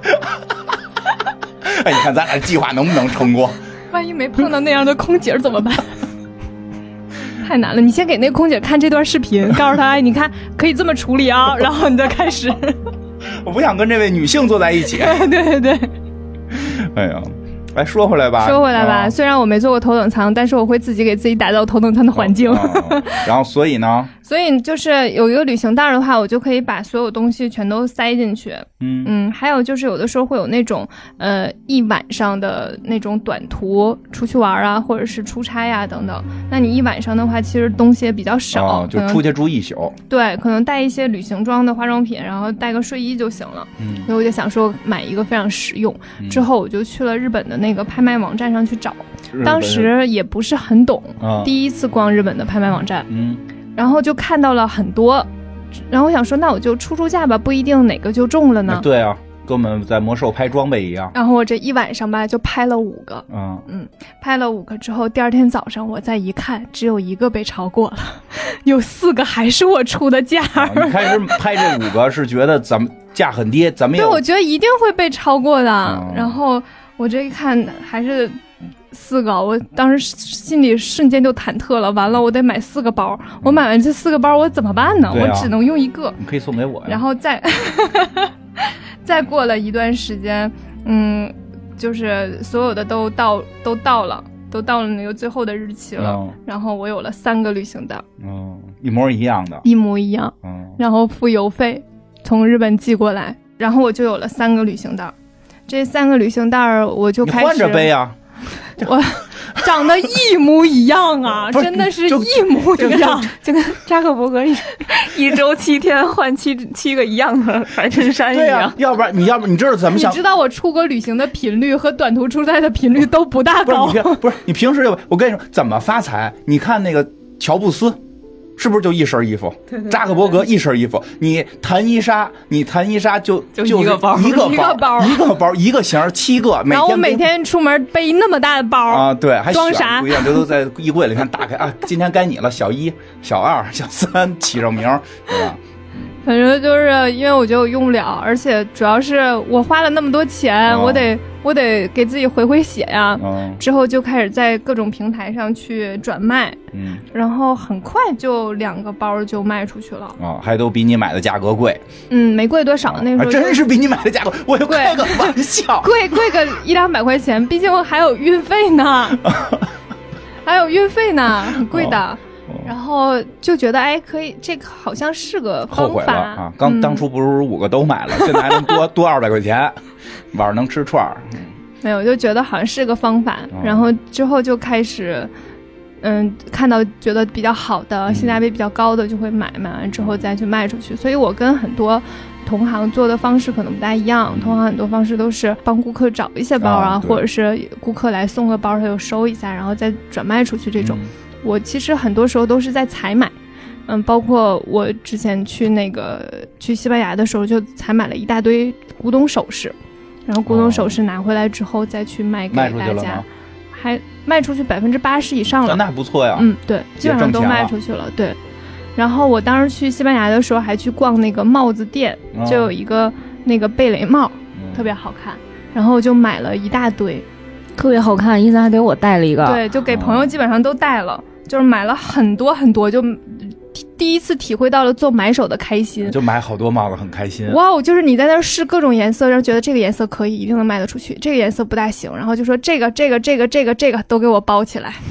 哎，你看咱俩计划能不能成功？ 万一没碰到那样的空姐怎么办？太难了，你先给那个空姐看这段视频，告诉她，哎，你看可以这么处理啊，然后你再开始。 我不想跟这位女性坐在一起。 对对对。 哎呀，哎，说回来吧， 说回来吧、啊，虽然我没坐过头等舱，但是我会自己给自己打造头等舱的环境。 哦哦、然后，所以呢？ 所以就是有一个旅行袋的话，我就可以把所有东西全都塞进去。 嗯嗯，还有就是有的时候会有那种呃一晚上的那种短途出去玩啊，或者是出差呀、啊、等等。那你一晚上的话，其实东西也比较少， 哦、就出去住一宿。 对，可能带一些旅行装的化妆品，然后带个睡衣就行了。 嗯， 所以我就想说买一个非常实用。嗯、之后我就去了日本的那个拍卖网站上去找，当时也不是很懂， 哦、 第一次逛日本的拍卖网站。 嗯。 然后就看到了很多，然后我想说那我就出出价吧，不一定哪个就中了呢。 对啊，跟我们在魔兽拍装备一样。 然后我这一晚上吧就拍了五个。 嗯嗯，拍了五个之后，第二天早上我再一看，只有一个被超过了，有四个还是我出的价。 啊、你开始拍这五个是觉得咱们价很低，咱们也对，我觉得一定会被超过的。 嗯、 然后我这一看还是四个，我当时心里瞬间就忐忑了。完了，我得买四个包。我买完这四个包，我怎么办呢？ 啊、 我只能用一个。 你可以送给我呀。 然后再再过了一段时间，嗯，就是所有的都到都到了，都到了那个最后的日期了。 哦、 然后我有了三个旅行袋。 哦，一模一样的。 一模一样。 哦、 然后付邮费，从日本寄过来，然后我就有了三个旅行袋。这三个旅行袋我就开始。 你换着背啊。 我长得一模一样啊，真的是一模一样， 就跟扎克伯格一一周七天换七七个一样的白衬衫一样。 对啊，要不然你要不你知道怎么想？ 你知道我出国旅行的频率和短途出差的频率都不大高。 不是，不是你平时我跟你说怎么发财？你看那个乔布斯。是不是就一身衣服？ 对对对对， 扎克伯格一身衣服，你弹伊莎，你弹伊莎就就一个包， 一个包， 一个包， 一个包，一个型七个。 然后我每天出门背那么大的包啊，对，还装啥？ 不一样，这都在衣柜里看打开啊，今天该你了，小一、小二、小三起上名，对吧？ 反正就是因为我觉得我用不了，而且主要是我花了那么多钱，哦、我得我得给自己回回血呀。 哦、 之后就开始在各种平台上去转卖， 嗯， 然后很快就两个包就卖出去了。 哦，还都比你买的价格贵。 嗯，没贵多少，那个时候、 啊、真是比你买的价格，我就开个玩笑， 贵贵个一两百块钱，毕竟还有运费呢，还有运费呢，很贵的。哦然后就觉得哎，可以，这个好像是个方法。 后悔了啊！刚、嗯、当初不如五个都买了，现在还能多多二百块钱，晚上能吃串儿。 没有，就觉得好像是个方法。 哦、 然后之后就开始，嗯，看到觉得比较好的、性价比比较高的就会买，买完之后再去卖出去。所以我跟很多同行做的方式可能不大一样，同行很多方式都是帮顾客找一些包啊， 啊或者是顾客来送个包，他就收一下，然后再转卖出去这种。嗯，我其实很多时候都是在采买，嗯，包括我之前去那个去西班牙的时候，就采买了一大堆古董首饰，然后古董首饰拿回来之后再去卖给大家，哦、还卖出去百分之八十以上了， 那不错呀。 嗯，对，基本上都卖出去了，对。然后我当时去西班牙的时候，还去逛那个帽子店， 哦、 就有一个那个贝雷帽， 嗯、 特别好看，然后就买了一大堆。 特别好看，伊森还给我带了一个， 对，就给朋友基本上都带了，哦、就是买了很多很多，就第一次体会到了做买手的开心， 就买好多帽子很开心。 哇哦，就是你在那儿试各种颜色，然后觉得这个颜色可以，一定能卖得出去，这个颜色不大行，然后就说这个这个这个这个这个都给我包起来。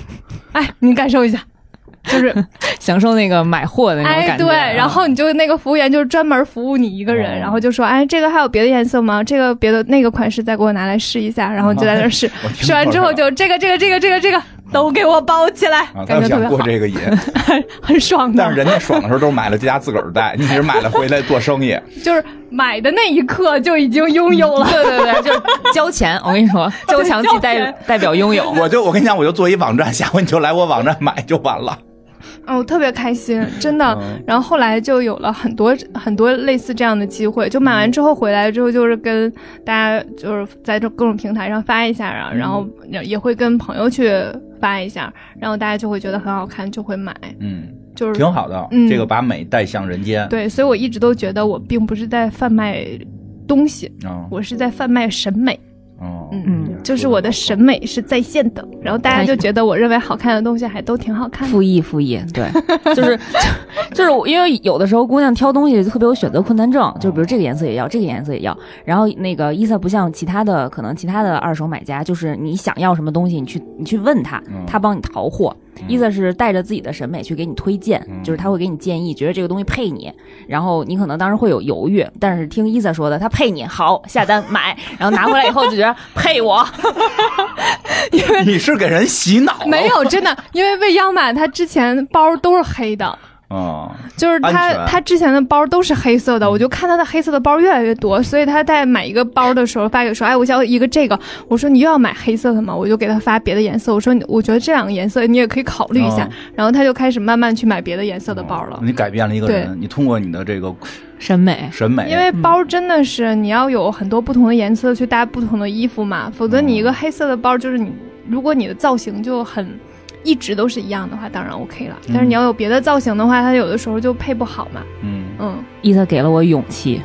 哎，你感受一下。就是享受那个买货的那种感觉、啊哎，对，然后你就那个服务员就是专门服务你一个人、哦、然后就说哎，这个还有别的颜色吗？这个别的那个款式再给我拿来试一下，然后你就在那试、哦、试完之后就这个这个这个这个这个都给我包起来、 啊、感觉特别好，过这个瘾很爽的。 但是人家爽的时候都是买了家自个儿带，你是买了回来做生意， 就是买的那一刻就已经拥有了。 对对对，就是交钱。我跟你说，交强即代代表拥有。 我就我跟你讲，我就做一网站，下回你就来我网站买就完了。 哦，我特别开心，真的。 嗯、 然后后来就有了很多很多类似这样的机会，就买完之后回来之后，就是跟大家就是在这各种平台上发一下，然后也会跟朋友去发一下，然后大家就会觉得很好看，就会买。嗯，就是挺好的、嗯，这个把美带向人间。 对，所以我一直都觉得我并不是在贩卖东西，哦、我是在贩卖审美。 哦， 嗯，就是我的审美是在线的，然后大家就觉得我认为好看的东西还都挺好看的。 复议复议，对，就是就是因为有的时候姑娘挑东西特别有选择困难症，就比如这个颜色也要，这个颜色也要，然后那个伊萨不像其他的可能其他的二手买家，就是你想要什么东西，你去你去问他，他帮你淘货。伊萨是带着自己的审美去给你推荐，就是他会给你建议，觉得这个东西配你，然后你可能当时会有犹豫，但是听伊萨说的，他配你，好，下单买，然后拿回来以后就觉得配我。 因为你是给人洗脑？ 没有，真的，因为未央买他之前包都是黑的。 哦， 就是他他之前的包都是黑色的，我就看他的黑色的包越来越多，所以他在买一个包的时候发给我说，哎，我想要一个这个，我说你又要买黑色的吗？我就给他发别的颜色，我说我觉得这两个颜色你也可以考虑一下、哦、然后他就开始慢慢去买别的颜色的包了、 哦、你改变了一个人，你通过你的这个审美审美， 因为包真的是你要有很多不同的颜色去搭不同的衣服嘛，否则你一个黑色的包就是你如果你的造型就很一直都是一样的话当然 OK 了、嗯、但是你要有别的造型的话它有的时候就配不好嘛。 嗯嗯， 伊萨给了我勇气。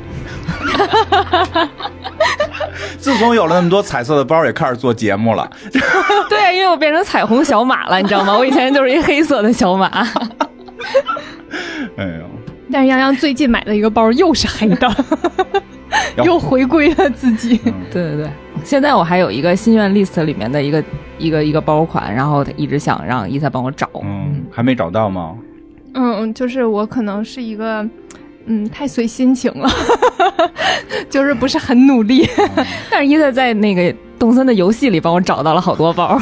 自从有了那么多彩色的包也开始做节目了。 对，因为我变成彩虹小马了你知道吗？我以前就是一黑色的小马。 哎呦， 但是洋洋最近买了一个包又是黑的。又回归了自己、 嗯、 对对对，现在我还有一个心愿 list 里面的一个一个一个包款，然后他一直想让伊萨帮我找。 嗯，还没找到吗？ 嗯，就是我可能是一个嗯太随心情了。就是不是很努力、 嗯、 但是伊萨在那个动森的游戏里帮我找到了好多包。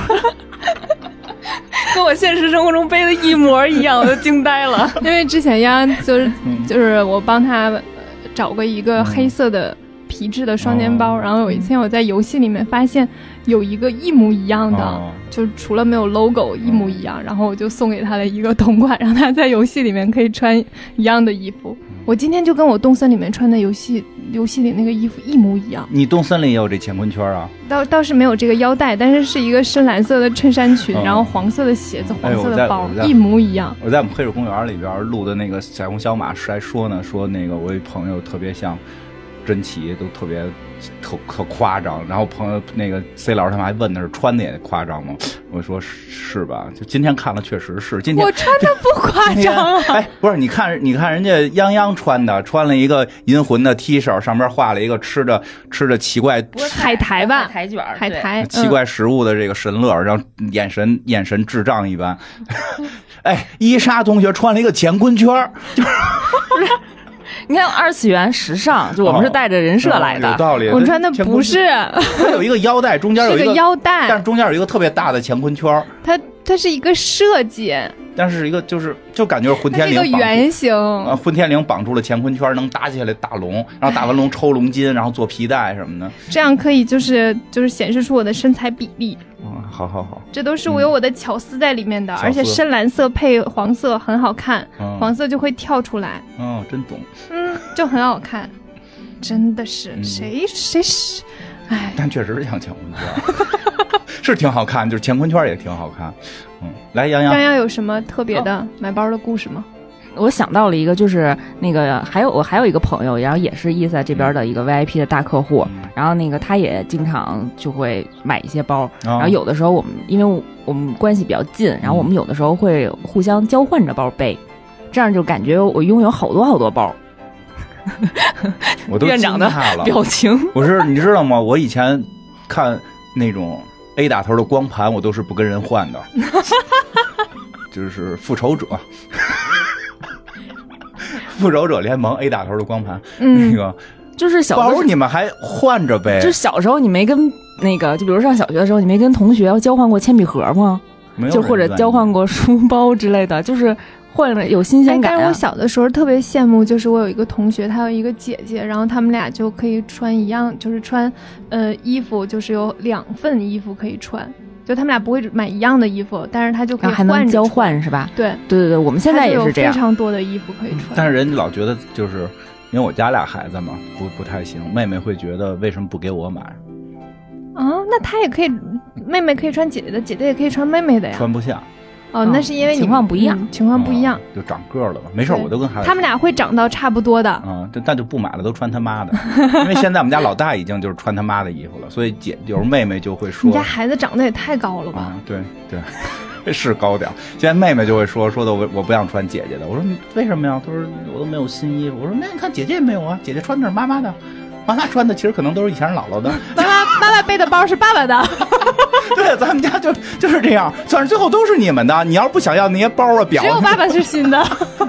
跟我现实生活中背的一模一样，我都惊呆了。 因为之前呀就是就是我帮他找过一个黑色的皮质的双肩包、嗯、然后有一天我在游戏里面发现有一个一模一样的、哦、就除了没有 logo 一模一样、嗯、然后我就送给他了一个同款，让他在游戏里面可以穿一样的衣服、嗯、我今天就跟我动森里面穿的游戏游戏里那个衣服一模一样。 你动森里也有这乾坤圈啊？ 倒倒是没有这个腰带，但是是一个深蓝色的衬衫裙、嗯、然后黄色的鞋子黄色的包、哎、一模一样。 我在我们黑水公园里边录的那个彩虹小马是还说呢，说那个我有朋友特别像珍奇，都特别特特夸张，然后朋友那个 C 老师他们还问的是穿的也夸张吗？我说是吧，就今天看了确实是。今天我穿的不夸张啊。 哎，不是，你看你看人家泱泱穿的，穿了一个银魂的 T 恤，上面画了一个吃着吃着奇怪海苔吧， 海苔卷海苔奇怪食物的这个神乐，然后眼神眼神智障一般。哎，伊莎同学穿了一个乾坤圈，就是你看二次元时尚，就我们是带着人设来的、 哦哦、有道理。 我穿的不是， 它有一个腰带，中间有一个, 是个腰带， 但是中间有一个特别大的乾坤圈。 它它是一个设计， 但是一个就是就感觉混天绫绑，这个圆形， 呃，混天绫绑住了乾坤圈，能搭起来打龙，然后打完龙抽龙筋，然后做皮带什么的， 这样可以就是就是显示出我的身材比例。 嗯，好好好， 这都是我有我的巧思在里面的、嗯、而且深蓝色配黄色很好看、嗯、黄色就会跳出来。 哦，真懂。 嗯，就很好看，真的是、嗯、谁谁是哎， 但确实是像乾坤圈。是挺好看，就是乾坤圈也挺好看。嗯，来洋洋， 洋洋有什么特别的买包的故事吗？ 我想到了一个，就是那个还有我还有一个朋友，然后也是伊萨这边的一个 V I P 的大客户、嗯、然后那个他也经常就会买一些包、哦、然后有的时候我们因为我们关系比较近，然后我们有的时候会互相交换着包背，这样就感觉我拥有好多好多包。 我都院长的表情， 不是你知道吗？我以前看那种 A 打头的光盘，我都是不跟人换的。 就是复仇者，复仇者联盟 A 打头的光盘，嗯、那个就是小包你们还换着呗？ 就小时候你没跟那个，就比如上小学的时候，你没跟同学交换过铅笔盒吗？ 没有， 就或者交换过书包之类的，就是换了有新鲜感、啊。 但是我小的时候特别羡慕，就是我有一个同学，他有一个姐姐，然后他们俩就可以穿一样，就是穿呃衣服，就是有两份衣服可以穿。就他们俩不会买一样的衣服，但是他就可以还能交换是吧？ 对对对对，我们现在也是这样， 非常多的衣服可以穿。 嗯、但是人老觉得就是因为我家俩孩子嘛，不不太行，妹妹会觉得为什么不给我买？ 啊，那他也可以，妹妹可以穿姐姐的，姐姐也可以穿妹妹的呀。 穿不下。 哦，那是因为你情况不一样， 嗯、情况不一样、 哦，就长个了吧？没事，我都跟孩子。 他们俩会长到差不多的。 嗯，但就不买了，都穿他妈的。因为现在我们家老大已经就是穿他妈的衣服了，所以姐有时候妹妹就会说：“ 你家孩子长得也太高了吧？” 嗯、对对，是高点。现在妹妹就会说说的我我不想穿姐姐的，我说为什么呀？她说我都没有新衣服。我说那你看姐姐也没有啊，姐姐穿的是妈妈的。妈妈穿的其实可能都是以前姥姥的， 妈妈妈妈背的包是爸爸的。 对，咱们家就就是这样，算是最后都是你们的。你要是不想要那些包啊表， 只有爸爸是新的。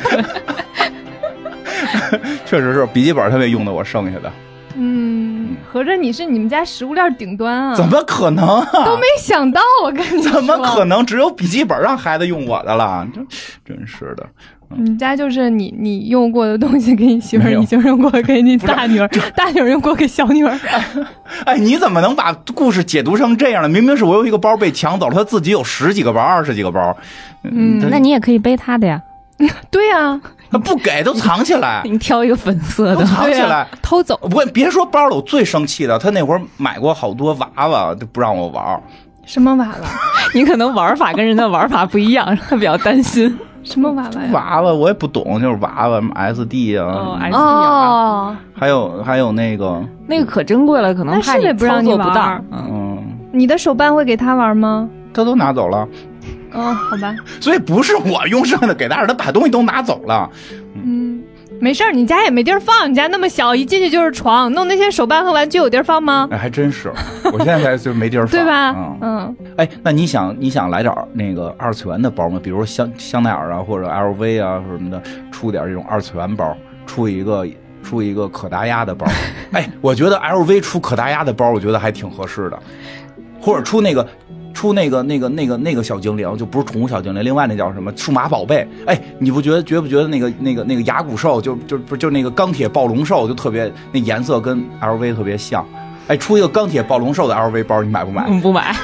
确实是笔记本特别用的我剩下的。 嗯，合着你是你们家食物链顶端啊？ 怎么可能啊？ 都没想到，我跟你说， 怎么可能只有笔记本让孩子用我的了？真是的。 你们家就是你你用过的东西给你媳妇儿，已经用过给你大女儿，大女儿用过给小女儿。 哎, 哎，你怎么能把故事解读成这样呢？明明是我有一个包被抢走了，他自己有十几个包、二十几个包。 嗯，那你也可以背他的呀。 对呀、啊， 他不给都藏起来。 你挑一个粉色的藏起来、啊， 偷走。 不，别说包了，我最生气的，他那会儿买过好多娃娃，就不让我玩。 什么娃娃？ 你可能玩法跟人的玩法不一样，他比较担心。 什么娃娃呀？ 娃娃我也不懂，就是娃娃 S D 啊， 哦 ，S D 啊， 还有还有那个那个可珍贵了，可能怕你不让你玩。 不到。 嗯， 你的手办会给他玩吗？ 他都拿走了。 哦，好吧。 所以不是我用剩下的给他，是他把东西都拿走了。 嗯，没事儿，你家也没地儿放，你家那么小，一进去就是床，弄那些手办和玩具有地儿放吗？ 哎，还真是，我现在就没地儿放， 对吧？ 嗯。 嗯。 哎，那你想你想来点那个二次元的包吗？比如香香奈儿啊，或者 L V 啊什么的，出点这种二次元包，出一个出一个可达鸭的包。哎，我觉得 L V 出可达鸭的包，我觉得还挺合适的，或者出那个。出那个那个那个那个小精灵，就不是宠物小精灵，另外那叫什么数码宝贝？哎，你不觉得觉不觉得那个那个那个牙骨兽就就就就那个钢铁暴龙兽就特别那颜色跟 L V 特别像？哎，出一个钢铁暴龙兽的 L V 包，你买不买？ 嗯，不买。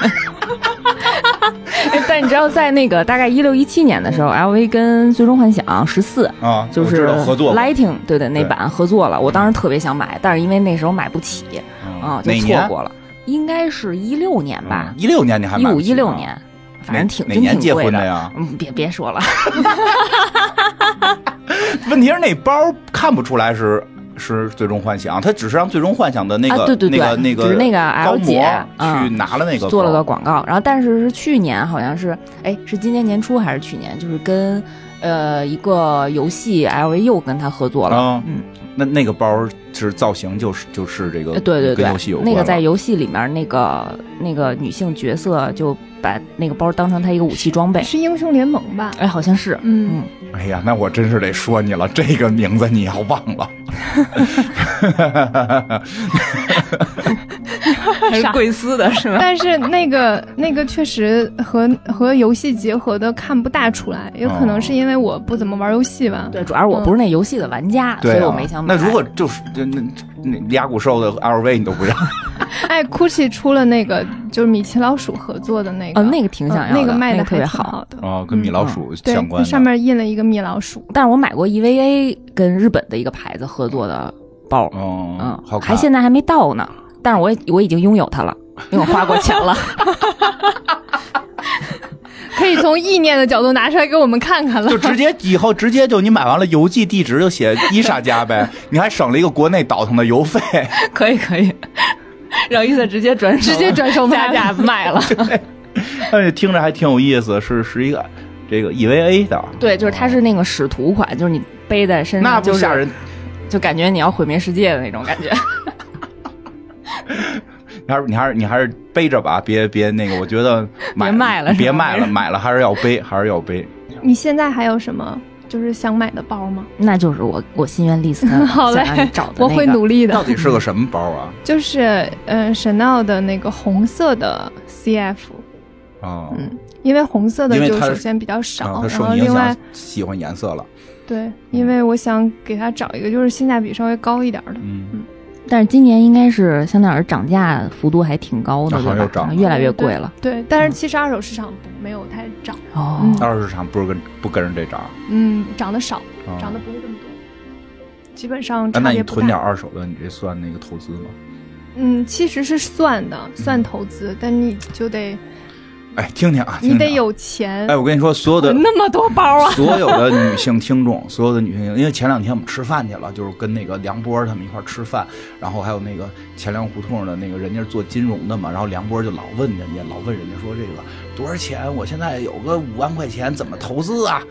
但你知道，在那个大概一六一七年的时候 ，L V 跟最终幻想十四啊， 就是合作 Lighting 对的那版合作了。我当时特别想买，但是因为那时候买不起啊，就错过了。应该是一六年吧， 一六年你还买一五一六年，反正挺哪年结婚的呀？ 嗯，别别说了。 问题是那包看不出来是是最终幻想，他只是让最终幻想的那个、 啊、对对对那个那个只是那个 L 姐去拿了那个、 嗯、做了个广告，然后但是是去年好像是哎是今年年初还是去年，就是跟呃一个游戏 L V 又跟他合作了， 哦、 嗯。 那那个包是造型就是就是这个对对对， 跟游戏有关那个在游戏里面那个那个女性角色就把那个包当成她一个武器装备， 是英雄联盟吧？ 哎，好像是， 嗯嗯。 哎呀，那我真是得说你了，这个名字你要忘了。 还是贵司的是吧？ 但是那个那个确实和和游戏结合的看不大出来，也可能是因为我不怎么玩游戏吧。 对，主要是我不是那游戏的玩家， 嗯、 所以我没想买。 那如果就是那那牙骨兽的 L V 你都不要？ 哎 ，Gucci 出了那个就是米奇老鼠合作的那个， 哦，那个挺想要的， 嗯、那个卖的特别好的哦，跟米老鼠相关的。 对，上面印了一个米老鼠。 但是我买过 E V A 跟日本的一个牌子合作的包， 哦、 嗯， 好看， 还现在还没到呢。但是我我已经拥有它了，因为我花过钱了。 可以从意念的角度拿出来给我们看看了。 就直接以后直接就你买完了邮寄地址就写伊莎家呗，你还省了一个国内倒腾的邮费。 可以可以，让伊莎直接转手直接转手加价卖了。 而且听着还挺有意思，是是一个这个 E V A 的。 对，就是它是那个使徒款，就是你背在身上， 那不吓人， 就感觉你要毁灭世界的那种感觉。 你还是你还是你还是背着吧，别别那个，我觉得买别卖了， 别卖了，买了还是要背，还是要背。 你现在还有什么就是想买的包吗？ 那就是我我心愿 list 好嘞， 找的、那个、 我会努力的。 到底是个什么包啊？ 就是嗯 Chanel 的那个红色的 C F。 哦， 嗯，因为红色的就首先比较少， 啊、 然后另外喜欢颜色了。 对，因为我想给他找一个就是性价比稍微高一点的。 嗯嗯。 但是今年应该是相对而言涨价幅度还挺高的， 好像涨， 越来越贵了。 对，对但是其实二手市场没有太涨。 哦、 嗯， 二手市场不是跟不跟着这涨？ 嗯，涨得少， 哦、 涨得不会这么多，基本上差别不大。那你囤点二手的，你这算那个投资吗？ 嗯，其实是算的，算投资，嗯、但你就得。 哎，听听啊，听听你得有钱。 哎，我跟你说，所有的那么多包啊， 所有的女性听众，所有的女性，因为前两天我们吃饭去了，就是跟那个梁波他们一块吃饭，然后还有那个钱粮胡同的那个人家是做金融的嘛，然后梁波就老问人家，老问人家说这个多少钱？我现在有个五万块钱，怎么投资啊？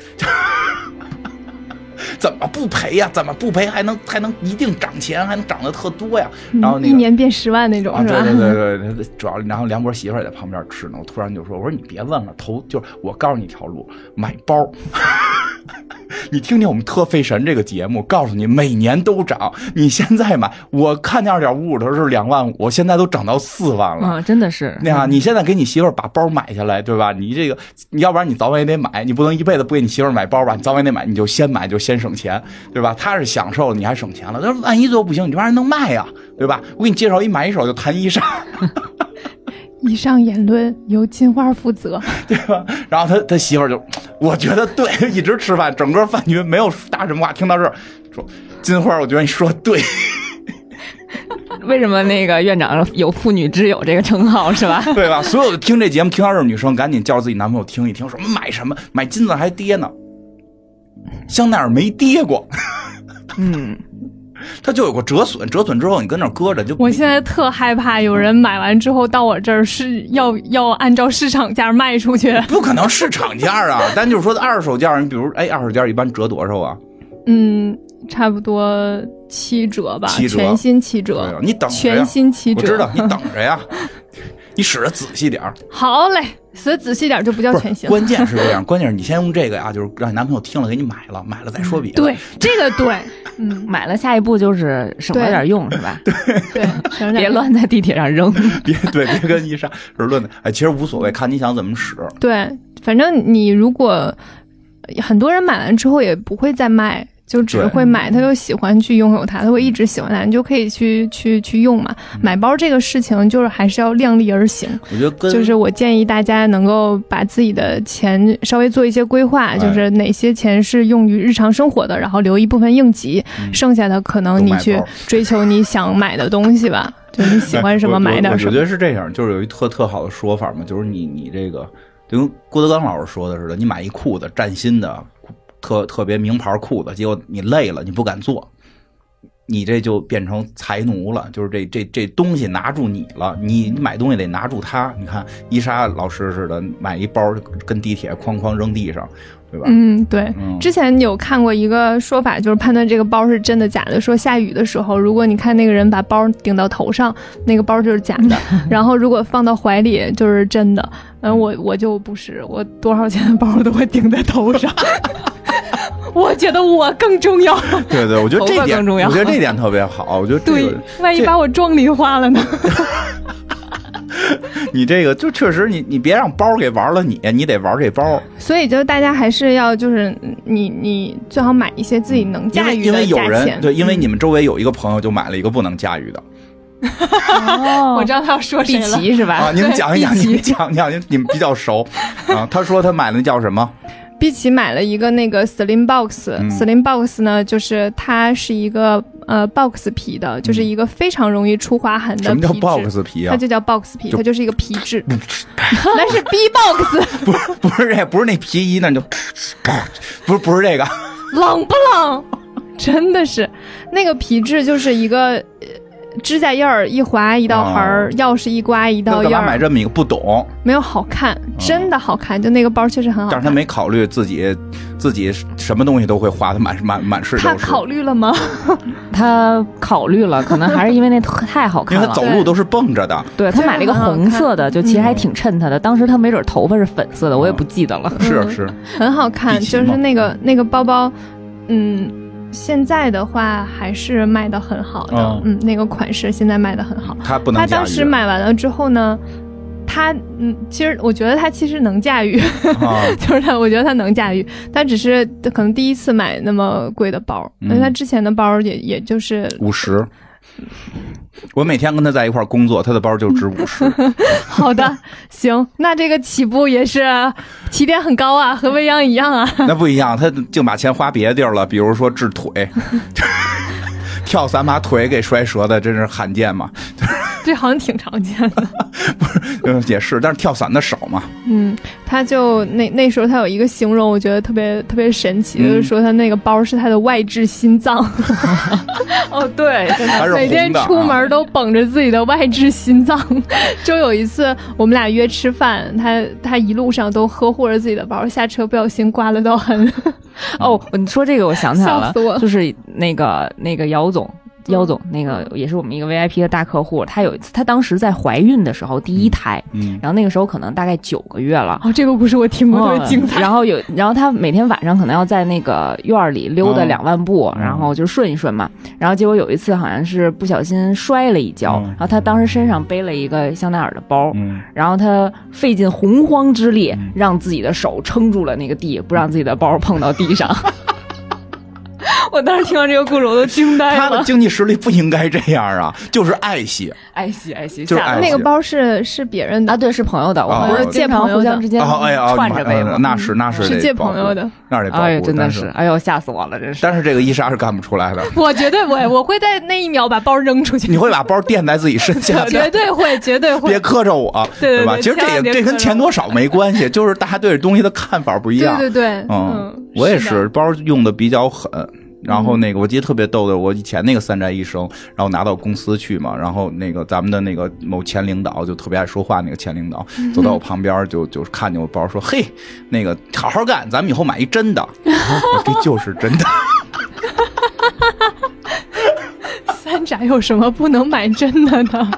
怎么不赔呀、啊？怎么不赔还能还能一定涨钱，还能涨得特多呀？然后、那个嗯、一年变十万那种、 啊、 是吧？ 对对对对，主要然后梁博媳妇儿在旁边吃呢，我突然就说：“我说你别问了，投就是我告诉你一条路，买包。你听听我们特费神这个节目，告诉你每年都涨。你现在买，我看见二点五五的时候是两万五，现在都涨到四万了。 啊，真的是。 那样，你现在给你媳妇儿把包买下来，对吧？你这个，你要不然你早晚也得买，你不能一辈子不给你媳妇儿买包吧？你早晚得买，你就先买，就先省钱，对吧？他是享受，你还省钱了。但是万一最后不行，你这玩意儿能卖呀，对吧？我给你介绍一买一手就谈一上。 以上言论由金花负责， 对吧？然后他他媳妇儿就，我觉得对，一直吃饭，整个饭局没有搭什么话，听到这儿说，金花，我觉得你说对。 为什么那个院长有妇女之友这个称号是吧？ 对吧？所有的听这节目听到这女生，赶紧叫自己男朋友听一听，什么买什么买金子还跌呢，香奈儿没跌过。 嗯。 它就有个折损，折损之后你跟那搁着就。 我现在特害怕有人买完之后到我这儿是要要按照市场价卖出去。 不可能市场价啊，但就是说二手价，你比如哎，二手价一般折多少啊？ 嗯，差不多七折吧， 七折， 全新七折。 对啊、你等着全新七折， 我知道你等着呀。你使得仔细点。 好嘞，使得仔细点就不叫全新。 关键是这样，关键是你先用这个呀，就是让你男朋友听了给你买了，买了再说别的。 嗯、对，这个对，嗯， 买了下一步就是省了点用是吧？ 对对， 别乱在地铁上扔， 别对，别跟伊莎是乱的。哎，其实无所谓，看你想怎么使。 对，反正你如果很多人买完之后也不会再卖。就只会买，他就喜欢去拥有它，他会一直喜欢它，你就可以去去去用嘛。买包这个事情就是还是要量力而行。 我觉得跟就是我建议大家能够把自己的钱稍微做一些规划， 哎、 就是哪些钱是用于日常生活的，然后留一部分应急，嗯、剩下的可能你去追求你想买的东西吧。就是你喜欢什么买点什么。 我觉得是这样，就是有一特特好的说法嘛，就是你你这个就跟郭德纲老师说的似的，你买一裤子崭新的。特特别名牌裤子，结果你累了，你不敢做，你这就变成财奴了。就是这这这东西拿住你了，你你买东西得拿住它。你看伊莎老师似的，买一包跟地铁哐哐扔地上，对吧？ 嗯，对。 嗯、 之前有看过一个说法，就是判断这个包是真的假的。说下雨的时候，如果你看那个人把包顶到头上，那个包就是假的；然后如果放到怀里，就是真的。嗯，我我就不是，我多少钱的包都会顶在头上。我觉得我更重要。 对对，我觉得这点更重要。 我觉得这点特别好。我觉得、这个、 对，万一把我妆淋花了呢？ 你这个就确实你，你你别让包给玩了你，你得玩这包。 所以就大家还是要就是你你最好买一些自己能驾驭的价钱。 因为因为有人对，因为你们周围有一个朋友就买了一个不能驾驭的。 哦，我知道他要说谁了， 碧琪是吧？ 啊，您讲一讲，您讲讲，您你们比较熟啊。他说他买的叫什么？ 碧琪买了一个那个 Slim Box，Slim、嗯、Box 呢，就是它是一个呃 box 皮的，就是一个非常容易出划痕的皮质。什么叫 box 皮啊？ 它就叫 box 皮，它就是一个皮质。那是 B box， 不是不是这不是那皮衣，那就不是不是这个。 冷不冷？真的是那个皮质就是一个。指甲印儿一划一道痕儿，钥匙一刮一道印儿。 干嘛买这么一个？不懂， 没有好看，真的好看，就那个包确实很好看。 但是他没考虑自己自己什么东西都会花的满满满是都是。 他考虑了吗？ 他考虑了，可能还是因为那太好看了， 因为他走路都是蹦着的。 对，他买了一个红色的，就其实还挺衬他的。当时他没准头发是粉色的，我也不记得了。 嗯、是是， 很好看，就是那个那个包包，嗯。现在的话还是卖的很好的，嗯, 嗯，那个款式现在卖的很好。 他不能驾驭。 他当时买完了之后呢，他嗯，其实我觉得他其实能驾驭，啊、就是他，我觉得他能驾驭，他只是可能第一次买那么贵的包，因为、嗯、他之前的包也也就是五十。我每天跟他在一块工作，他的包就值五十。 好的，行，那这个起步也是起点很高啊，和未央一样啊。 那不一样，他净把钱花别的地儿了，比如说治腿，跳伞把腿给摔折的，真是罕见嘛。 这好像挺常见的。 不是，也是，但是跳伞的少嘛。 嗯，他就那那时候他有一个形容，我觉得特别特别神奇，嗯、就是说他那个包是他的外置心脏。哦，对，每天出门都绷着自己的外置心脏。就有一次我们俩约吃饭，他他一路上都呵护着自己的包，下车不小心刮了道痕。 哦，你说这个我想起来了， 笑死我， 就是那个那个姚总。姚总那个也是我们一个 V I P 的大客户，他有一次他当时在怀孕的时候第一胎，嗯，然后那个时候可能大概九个月了。 哦，这个故事我听过，特别精彩。 然后有，然后他每天晚上可能要在那个院里溜达两万步，然后就顺一顺嘛。然后结果有一次好像是不小心摔了一跤，然后他当时身上背了一个香奈儿的包，然后他费尽洪荒之力让自己的手撑住了那个地，不让自己的包碰到地上。我当时听到这个故事我都惊呆了。 他的经济实力不应该这样啊，就是爱惜爱惜爱惜， 就是爱惜。 那个包是是别人的啊，对，是朋友的，我们借朋友互相之间串着背嘛。 那是那是是借朋友的， 那是得保护。 哎呀，真的是，哎呦，吓死我了，真是。 但是这个伊莎是干不出来的。 我绝对会，我会在那一秒把包扔出去。 你会把包垫在自己身下？ 绝对会，绝对会。 别磕着我， 对对吧？其实这也这跟钱多少没关系，就是大家对这东西的看法不一样。 对对对， 嗯，我也是，包用的比较狠。然后那个我记得特别逗的，我以前那个三宅一生，然后拿到公司去嘛，然后那个咱们的那个某前领导就特别爱说话，那个前领导走到我旁边就就看见我包说，嘿，那个好好干，咱们以后买一真的。这就是真的。 三宅有什么不能买真的呢？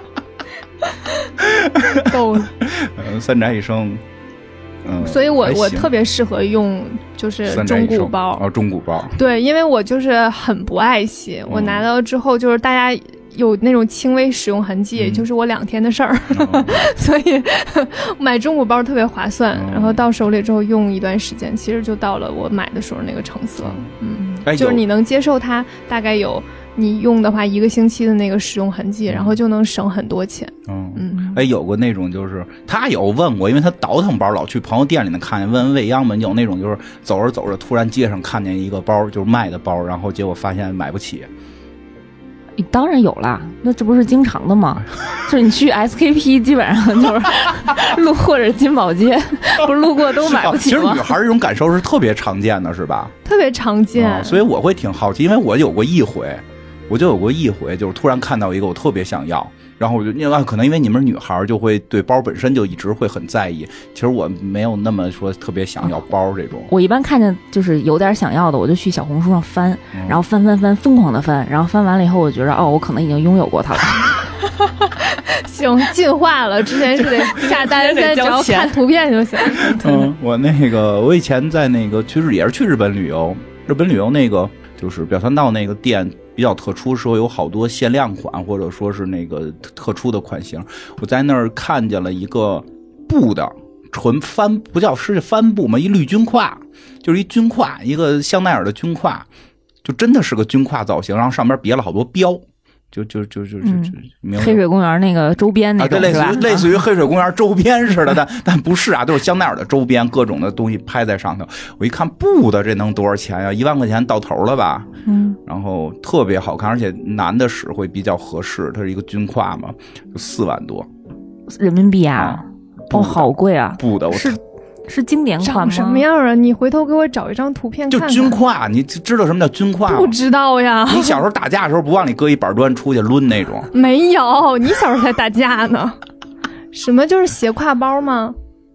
逗了。 嗯，三宅一生。嗯， 所以我我特别适合用就是中古包哦，中古包。 对，因为我就是很不爱惜，嗯、我拿到之后就是大家有那种轻微使用痕迹，也、嗯、就是我两天的事儿，哦、所以买中古包特别划算。嗯、然后到手里之后用一段时间，其实就到了我买的时候那个成色。嗯，嗯就是你能接受它大概有。你用的话一个星期的那个使用痕迹，然后就能省很多钱。 嗯嗯，哎，有过那种就是他有问过，因为他倒腾包老去朋友店里能看见，问问未央们有那种就是走着走着突然街上看见一个包就是卖的包，然后结果发现买不起。 当然有啦，那这不是经常的吗？就是你去 S K P 基本上就是路或者金宝街，不是路过都买不起吗？ 其实女孩这种感受是特别常见的，是吧？ 特别常见、 嗯，所以我会挺好奇，因为我有过一回。我就有过一回，就是突然看到一个我特别想要，然后我就因为可能因为你们是女孩，就会对包本身就一直会很在意。其实我没有那么说特别想要包这种。 我一般看见就是有点想要的，我就去小红书上翻，嗯、然后翻翻翻，疯狂的翻，然后翻完了以后，我觉得哦，我可能已经拥有过它了。 行，进化了，之前是得下单，现在只要看图片就行。 嗯，我那个我以前在那个去日也是去日本旅游，日本旅游那个就是表参道那个店。比较特殊，说有好多限量款，或者说是那个特殊的款型。我在那儿看见了一个布的纯帆，不叫是帆布吗？一绿军挎，就是一军挎，一个香奈儿的军挎，就真的是个军挎造型，然后上边别了好多标。就就就就就就、 嗯、黑水公园那个周边那种、 啊、类似于类似于黑水公园周边似的，但但不是啊，都是香奈儿的周边，各种的东西拍在上头。我一看布的，这能多少钱呀？一万块钱到头了吧？嗯，然后特别好看，而且男的使会比较合适。它是一个军挎嘛，就四万多人民币啊！啊哦，好贵啊！ 布的我是。是经典款吗？ 长什么样啊？你回头给我找一张图片看看。 就军挎，你知道什么叫军挎吗？ 不知道呀。 你小时候打架的时候不往里搁一板砖出去抡那种？ 没有，你小时候才打架呢。什么就是斜挎包吗？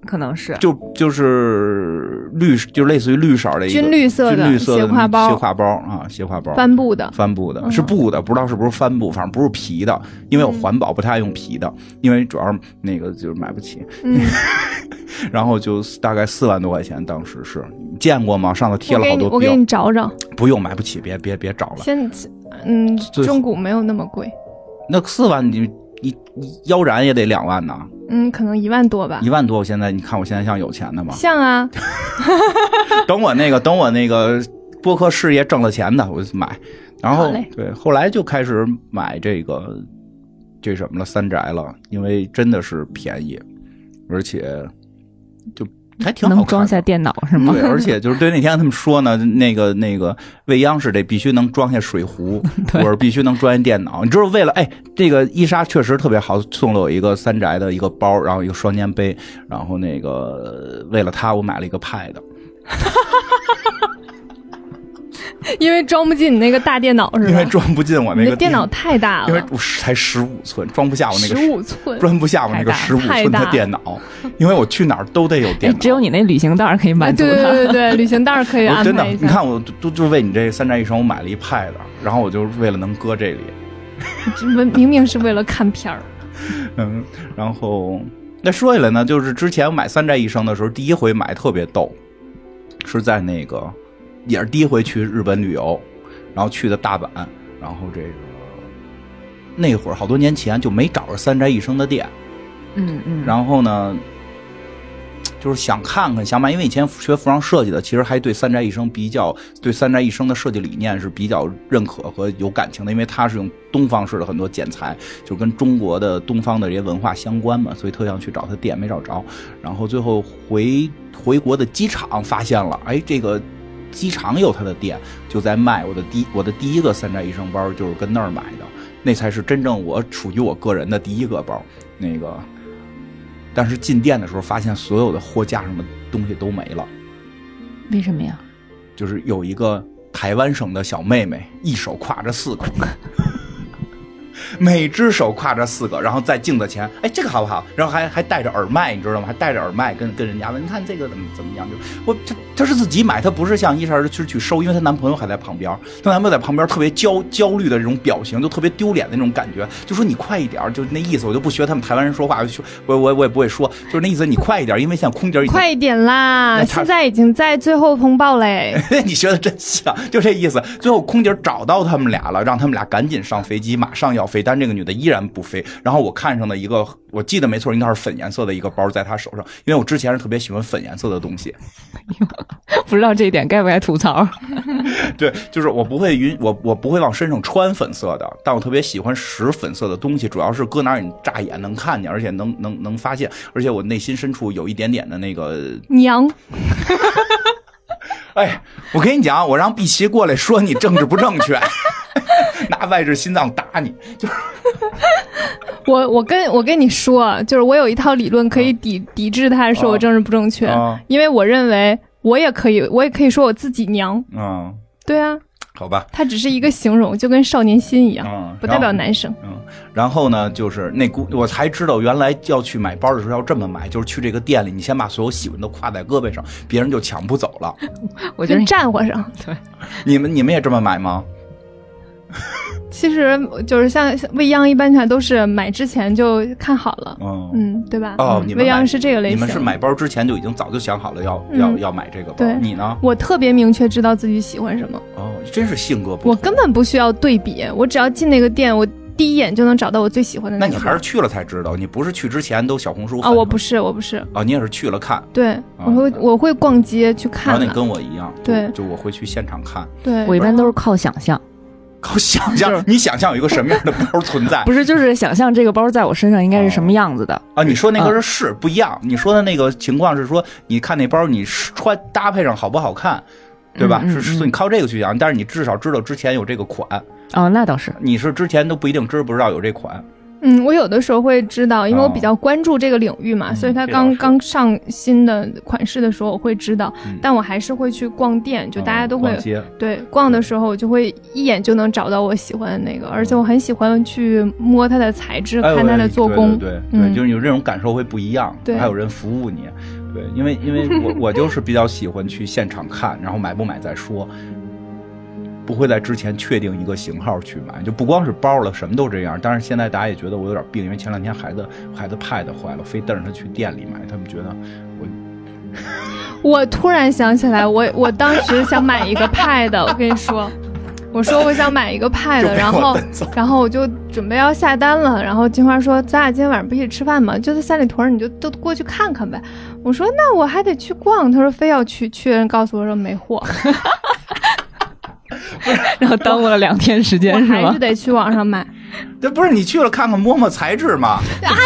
可能是就就是绿，就类似于绿色的一个军绿色的军绿色的斜挎包， 斜挎包啊，斜挎包， 帆布的， 帆布的、 嗯、 是布的，不知道是不是帆布，反正不是皮的，因为我环保不太爱用皮的，因为主要那个就是买不起。 嗯， 然后就大概四万多块钱，当时是你见过吗？上头贴了好多标， 我给你找找。 不用，买不起，别别别找了。 现嗯，中古没有那么贵。 那四万你你你腰斩也得两万呢。 嗯，可能一万多吧。 一万多，我现在你看我现在像有钱的吗？ 像啊。 等我那个等我那个播客事业挣了钱的，我就买。然后对，后来就开始买这个这什么了，三宅了，因为真的是便宜，而且就还挺好看的， 能装下电脑是吗？ 对，而且就是对那天他们说呢，那个那个未央是得必须能装下水壶，或者必须能装下电脑。你知道为了哎，这个伊莎确实特别好，送了我一个三宅的一个包，然后一个双肩背，然后那个为了他我买了一个 Pad。 因为装不进你那个大电脑是吧？ 因为装不进我那个电脑太大了， 因为我才十五寸，装不下我那个十五寸， 装不下我那个十五寸的电脑。因为我去哪儿都得有电脑， 只有你那旅行袋可以满足它。 对对对对，旅行袋可以安排一下。 真的，你看我都就为你这三宅一生，我买了一 Pad， 然后我就为了能搁这里。 明明是为了看片儿。 嗯，然后那说起来呢，就是之前我买三宅一生的时候，第一回买特别逗，是在那个也是第一回去日本旅游。然后去的大阪，然后这个那会儿好多年前就没找着三宅一生的店， 嗯嗯， 然后呢，就是想看看想买，因为以前学服装设计的，其实还对三宅一生比较对三宅一生的设计理念是比较认可和有感情的，因为它是用东方式的很多剪裁，就跟中国的东方的这些文化相关嘛，所以特想去找他店没找着，然后最后回回国的机场发现了，哎，这个。机场有他的店，就在卖我的第我的第一个三宅一生包，就是跟那儿买的，那才是真正我属于我个人的第一个包。那个，但是进店的时候发现所有的货架上的东西都没了。 为什么呀？ 就是有一个台湾省的小妹妹，一手挎着四个。每只手挎着四个，然后在镜子前，哎，这个好不好？然后还还戴着耳麦，你知道吗？还戴着耳麦跟跟人家问，你看这个怎么怎么样？就我她她是自己买，她不是像伊莎是去收，因为她男朋友还在旁边，她男朋友在旁边特别焦焦虑的这种表情，就特别丢脸的那种感觉，就说你快一点，就那意思，我就不学他们台湾人说话，我我我也不会说，就是那意思，你快一点，因为像空姐已经快一点啦，现在已经在最后通报嘞。 你学的真像，就这意思。最后空姐找到他们俩了，让他们俩赶紧上飞机，马上要飞。但这个女的依然不飞。然后我看上的一个，我记得没错，应该是粉颜色的一个包，在她手上，因为我之前是特别喜欢粉颜色的东西。 不知道这一点该不该吐槽？ 对，就是我不会晕，我我不会往身上穿粉色的，但我特别喜欢使粉色的东西，主要是搁哪儿你乍眼能看见，而且能能能发现，而且我内心深处有一点点的那个娘。 哎，我跟你讲，我让碧琪过来说你政治不正确，拿外置心脏打你。就是我我跟我跟你说，就是我有一套理论可以抵、啊、抵制他说我政治不正确、啊，因为我认为我也可以，我也可以说我自己娘。 嗯， 对啊。 好吧， 它只是一个形容，就跟少年心一样，嗯、不代表男生。 嗯，然后呢，就是那姑，我才知道原来要去买包的时候要这么买，就是去这个店里，你先把所有喜欢的挎在胳膊上，别人就抢不走了。 我觉得站火上。 对， 你们你们也这么买吗？ 其实就是像未央一般全都是买之前就看好了，嗯嗯，对吧？ 哦，你们未央是这个类型， 你们是买包之前就已经早就想好了要、嗯、要要买这个包。 对， 你呢？ 我特别明确知道自己喜欢什么。 哦，真是性格不同。 我根本不需要对比，我只要进那个店，我第一眼就能找到我最喜欢的那个。 那你还是去了才知道，你不是去之前都小红书啊、哦？我不是，我不是。 啊、哦，你也是去了看。 对， 啊、 我会我会逛街去看。 然后你跟我一样， 对， 就我会去现场看。 对， 我一般都是靠想象。 靠想象，你想象有一个什么样的包存在？ 不是，就是想象这个包在我身上应该是什么样子的、 哦、啊？你说那个是是、嗯、不一样，你说的那个情况是说，你看那包你穿搭配上好不好看，对吧？ 嗯嗯嗯、 是是你靠这个去想，但是你至少知道之前有这个款。 哦，那倒是。 你是之前都不一定知不知道有这款。 嗯，我有的时候会知道，因为我比较关注这个领域嘛，哦、所以它刚刚上新的款式的时候我会知道、嗯，但我还是会去逛店，就大家都会、 哦、逛对逛的时候，我就会一眼就能找到我喜欢的那个，而且我很喜欢去摸它的材质， 哎、 看它的做工， 对对对， 嗯、 对就是有这种感受会不一样。 对， 还有人服务你。 对，因为因为我我就是比较喜欢去现场看，然后买不买再说。不会在之前确定一个型号去买，就不光是包了，什么都这样。但是现在大家也觉得我有点病，因为前两天孩子孩子 Pad 坏了，非瞪着他去店里买，他们觉得我。 我突然想起来，我我当时想买一个 Pad， 我跟你说，我说我想买一个 Pad， 然后然后我就准备要下单了，然后金花说咱俩今天晚上不一起吃饭吗？就在三里屯，你就都过去看看呗。我说那我还得去逛，他说非要去，去人告诉我说没货。 然后耽误了两天时间是吗？ 还是得去网上买。 这不是你去了看看摸摸材质吗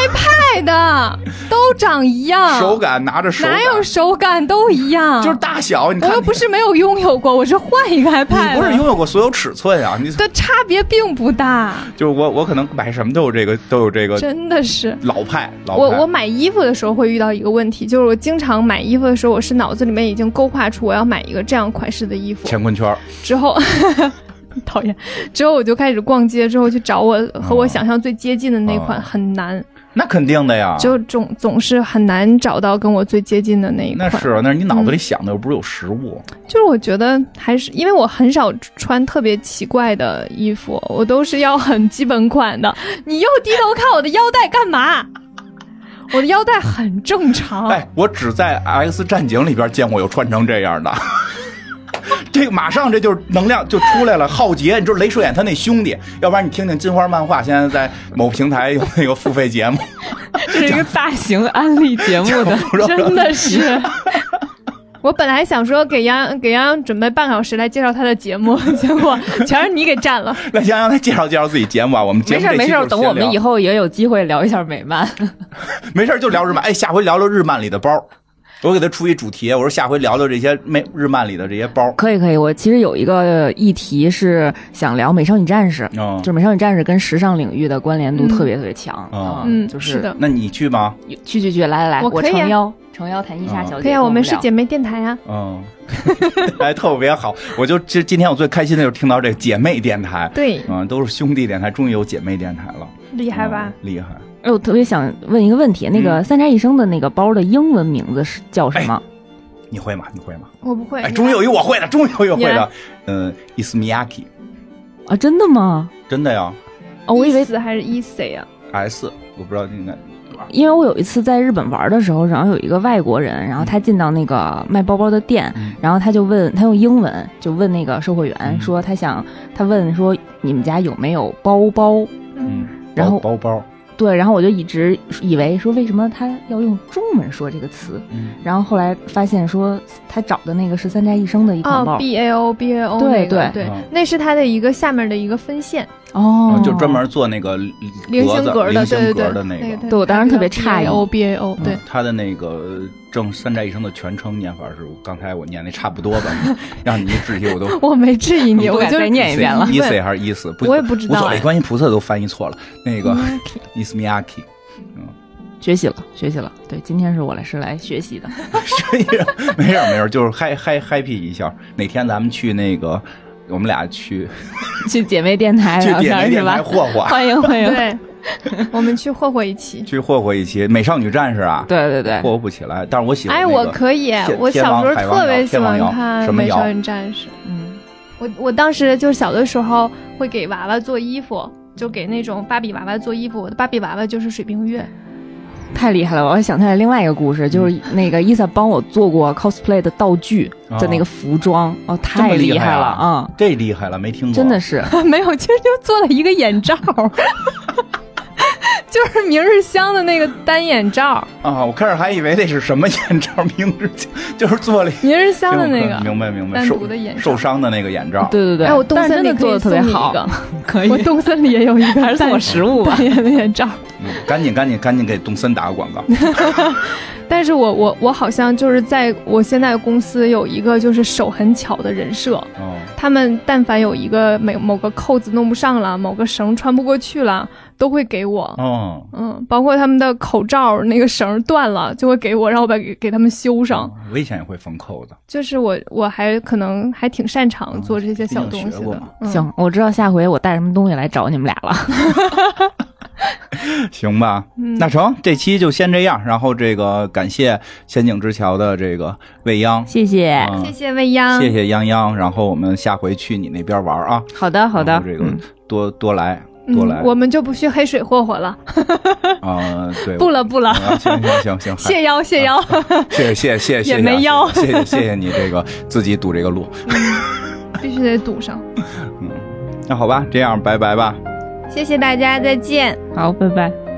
？iPad 都长一样， 手感拿着手感， 哪有手感都一样， 就是大小。你看， 我又不是没有拥有过，我是换一个 iPad。 你不是拥有过所有尺寸啊？你的差别并不大。 就是我，我可能买什么都有这个，都有这个， 真的是老派。老派我我买衣服的时候会遇到一个问题，就是我经常买衣服的时候，我是脑子里面已经勾画出我要买一个这样款式的衣服， 乾坤圈之后。讨厌，之后我就开始逛街，之后去找我和我想象最接近的那款，哦、很难。 那肯定的呀， 就总总是很难找到跟我最接近的那一款。 那是，那是你脑子里想的，又、嗯、不是有实物。 就是我觉得还是因为我很少穿特别奇怪的衣服，我都是要很基本款的。你又低头看我的腰带干嘛？我的腰带很正常。 哎，我只在 X 战警里边见过有穿成这样的。这个马上这就是能量就出来了，浩劫，你知道镭射眼他那兄弟，要不然你听听金花漫画现在在某平台有那个付费节目， 这是一个大型安利节目的， 真的是。我本来想说给洋给洋洋准备半个小时来介绍他的节目，结果全是你给占了。 那洋洋来介绍介绍自己节目啊，我们节目没事没事，等我们以后也有机会聊一下美漫。 没事就聊日漫，哎，下回聊聊日漫里的包。我给他出一主题，我说下回聊聊这些美日漫里的这些包。 可以可以，我其实有一个议题是想聊美少女战士，嗯、就是美少女战士跟时尚领域的关联度特别特别强。 嗯， 嗯就是、是的。 那你去吗？ 去去去，来来来， 我可以、啊、 我诚邀诚邀谭一莎小姐。 可以啊，我们是姐妹电台啊。 嗯，哎，特别好。我就今今天我最开心的就是听到这姐妹电台。 对， 嗯，都是兄弟电台，终于有姐妹电台了， 厉害吧？ 嗯、厉害。 哎，我特别想问一个问题，那个三宅一生的那个包的英文名字是叫什么？ 哎你会吗？你会吗？ 我不会。 哎，终于有一我会的，终于有一我会的。嗯，伊斯米亚基。 啊，真的吗？ 真的呀。 哦，我以为 S 还是 E C 啊 ？S， 我不知道应该。 因为我有一次在日本玩的时候，然后有一个外国人，然后他进到那个卖包包的店，嗯、然后他就问他用英文就问那个售货员、嗯、说他想他问说你们家有没有包包？ 嗯， 然后包包。 对，然后我就一直以为说为什么他要用中文说这个词， 嗯、 然后后来发现说他找的那个是三宅一生的一款包、 哦、B A O B A O， 对、那个、对对、嗯，那是他的一个下面的一个分线哦， 就专门做那个菱形格的， 菱形格的那个， 对对对， 对我当时特别诧异 B A O B A O， 对、 嗯，他的那个正三宅一生的全称念法是刚才我念那差不多吧，让你一质疑我都我没质疑你，我就再念一遍了， 伊 C 还是伊斯， 我也不知道， 无所谓，观音菩萨都翻译错了，那个伊斯米亚基。嗯， 学习了，学习了。对，今天是我来是来学习的。 没事没事没事，就是嗨嗨 happy 一下。哪天咱们去那个，我们俩去去姐妹电台聊天是吧？ 霍霍， 欢迎欢迎。 对，我们去霍霍一期， 去霍霍一期。美少女战士啊， 对对对， 霍霍不起来，但是我喜欢、那个。 哎，我可以，我小时候特别喜欢看美少女战士。 嗯， 我我当时就是小的时候会给娃娃做衣服。就给那种芭比娃娃做衣服，我的芭比娃娃就是水冰月， 太厉害了！我还想起来另外一个故事，就是那个伊萨帮我做过 cosplay 的道具的那个服装，哦，太厉害了啊、嗯！ 这厉害了，没听过， 真的是没有，其实就做了一个眼罩。就是明日香的那个单眼罩啊！我开始还以为那是什么眼罩，明日香就是做了明日香的那个， 明白明白， 单独的眼罩， 受伤的那个眼罩。 对对对， 哎，我动森里做的特别好，可以。 我动森里也有一个， 还是送我实物吧， 单眼的眼罩。 嗯，赶紧赶紧赶紧给动森打个广告。 但是我我我好像就是在我现在公司有一个就是手很巧的人设， 哦， 他们但凡有一个每某个扣子弄不上了，某个绳穿不过去了，都会给我。 哦， 嗯，包括他们的口罩那个绳断了，就会给我，让我把给给他们修上。 哦，我以前也会缝扣子， 就是我我还可能还挺擅长做这些小东西的。 嗯、行，我知道下回我带什么东西来找你们俩了。 行吧、嗯、那成，这期就先这样，然后这个感谢仙境之桥的这个未央， 谢谢、 嗯、谢谢未央， 谢谢泱泱，然后我们下回去你那边玩啊。 好的好的， 这个多、嗯、多来多来、 嗯、我们就不去黑水霍霍了啊、呃、对， 不了不了、 嗯、行行行行， 谢邀谢邀、 啊、谢谢谢谢谢谢也没邀， 谢谢谢谢你这个自己堵这个路、 嗯、必须得堵上。 嗯，那好吧，这样拜拜吧， 谢谢大家，再见。 好，拜拜。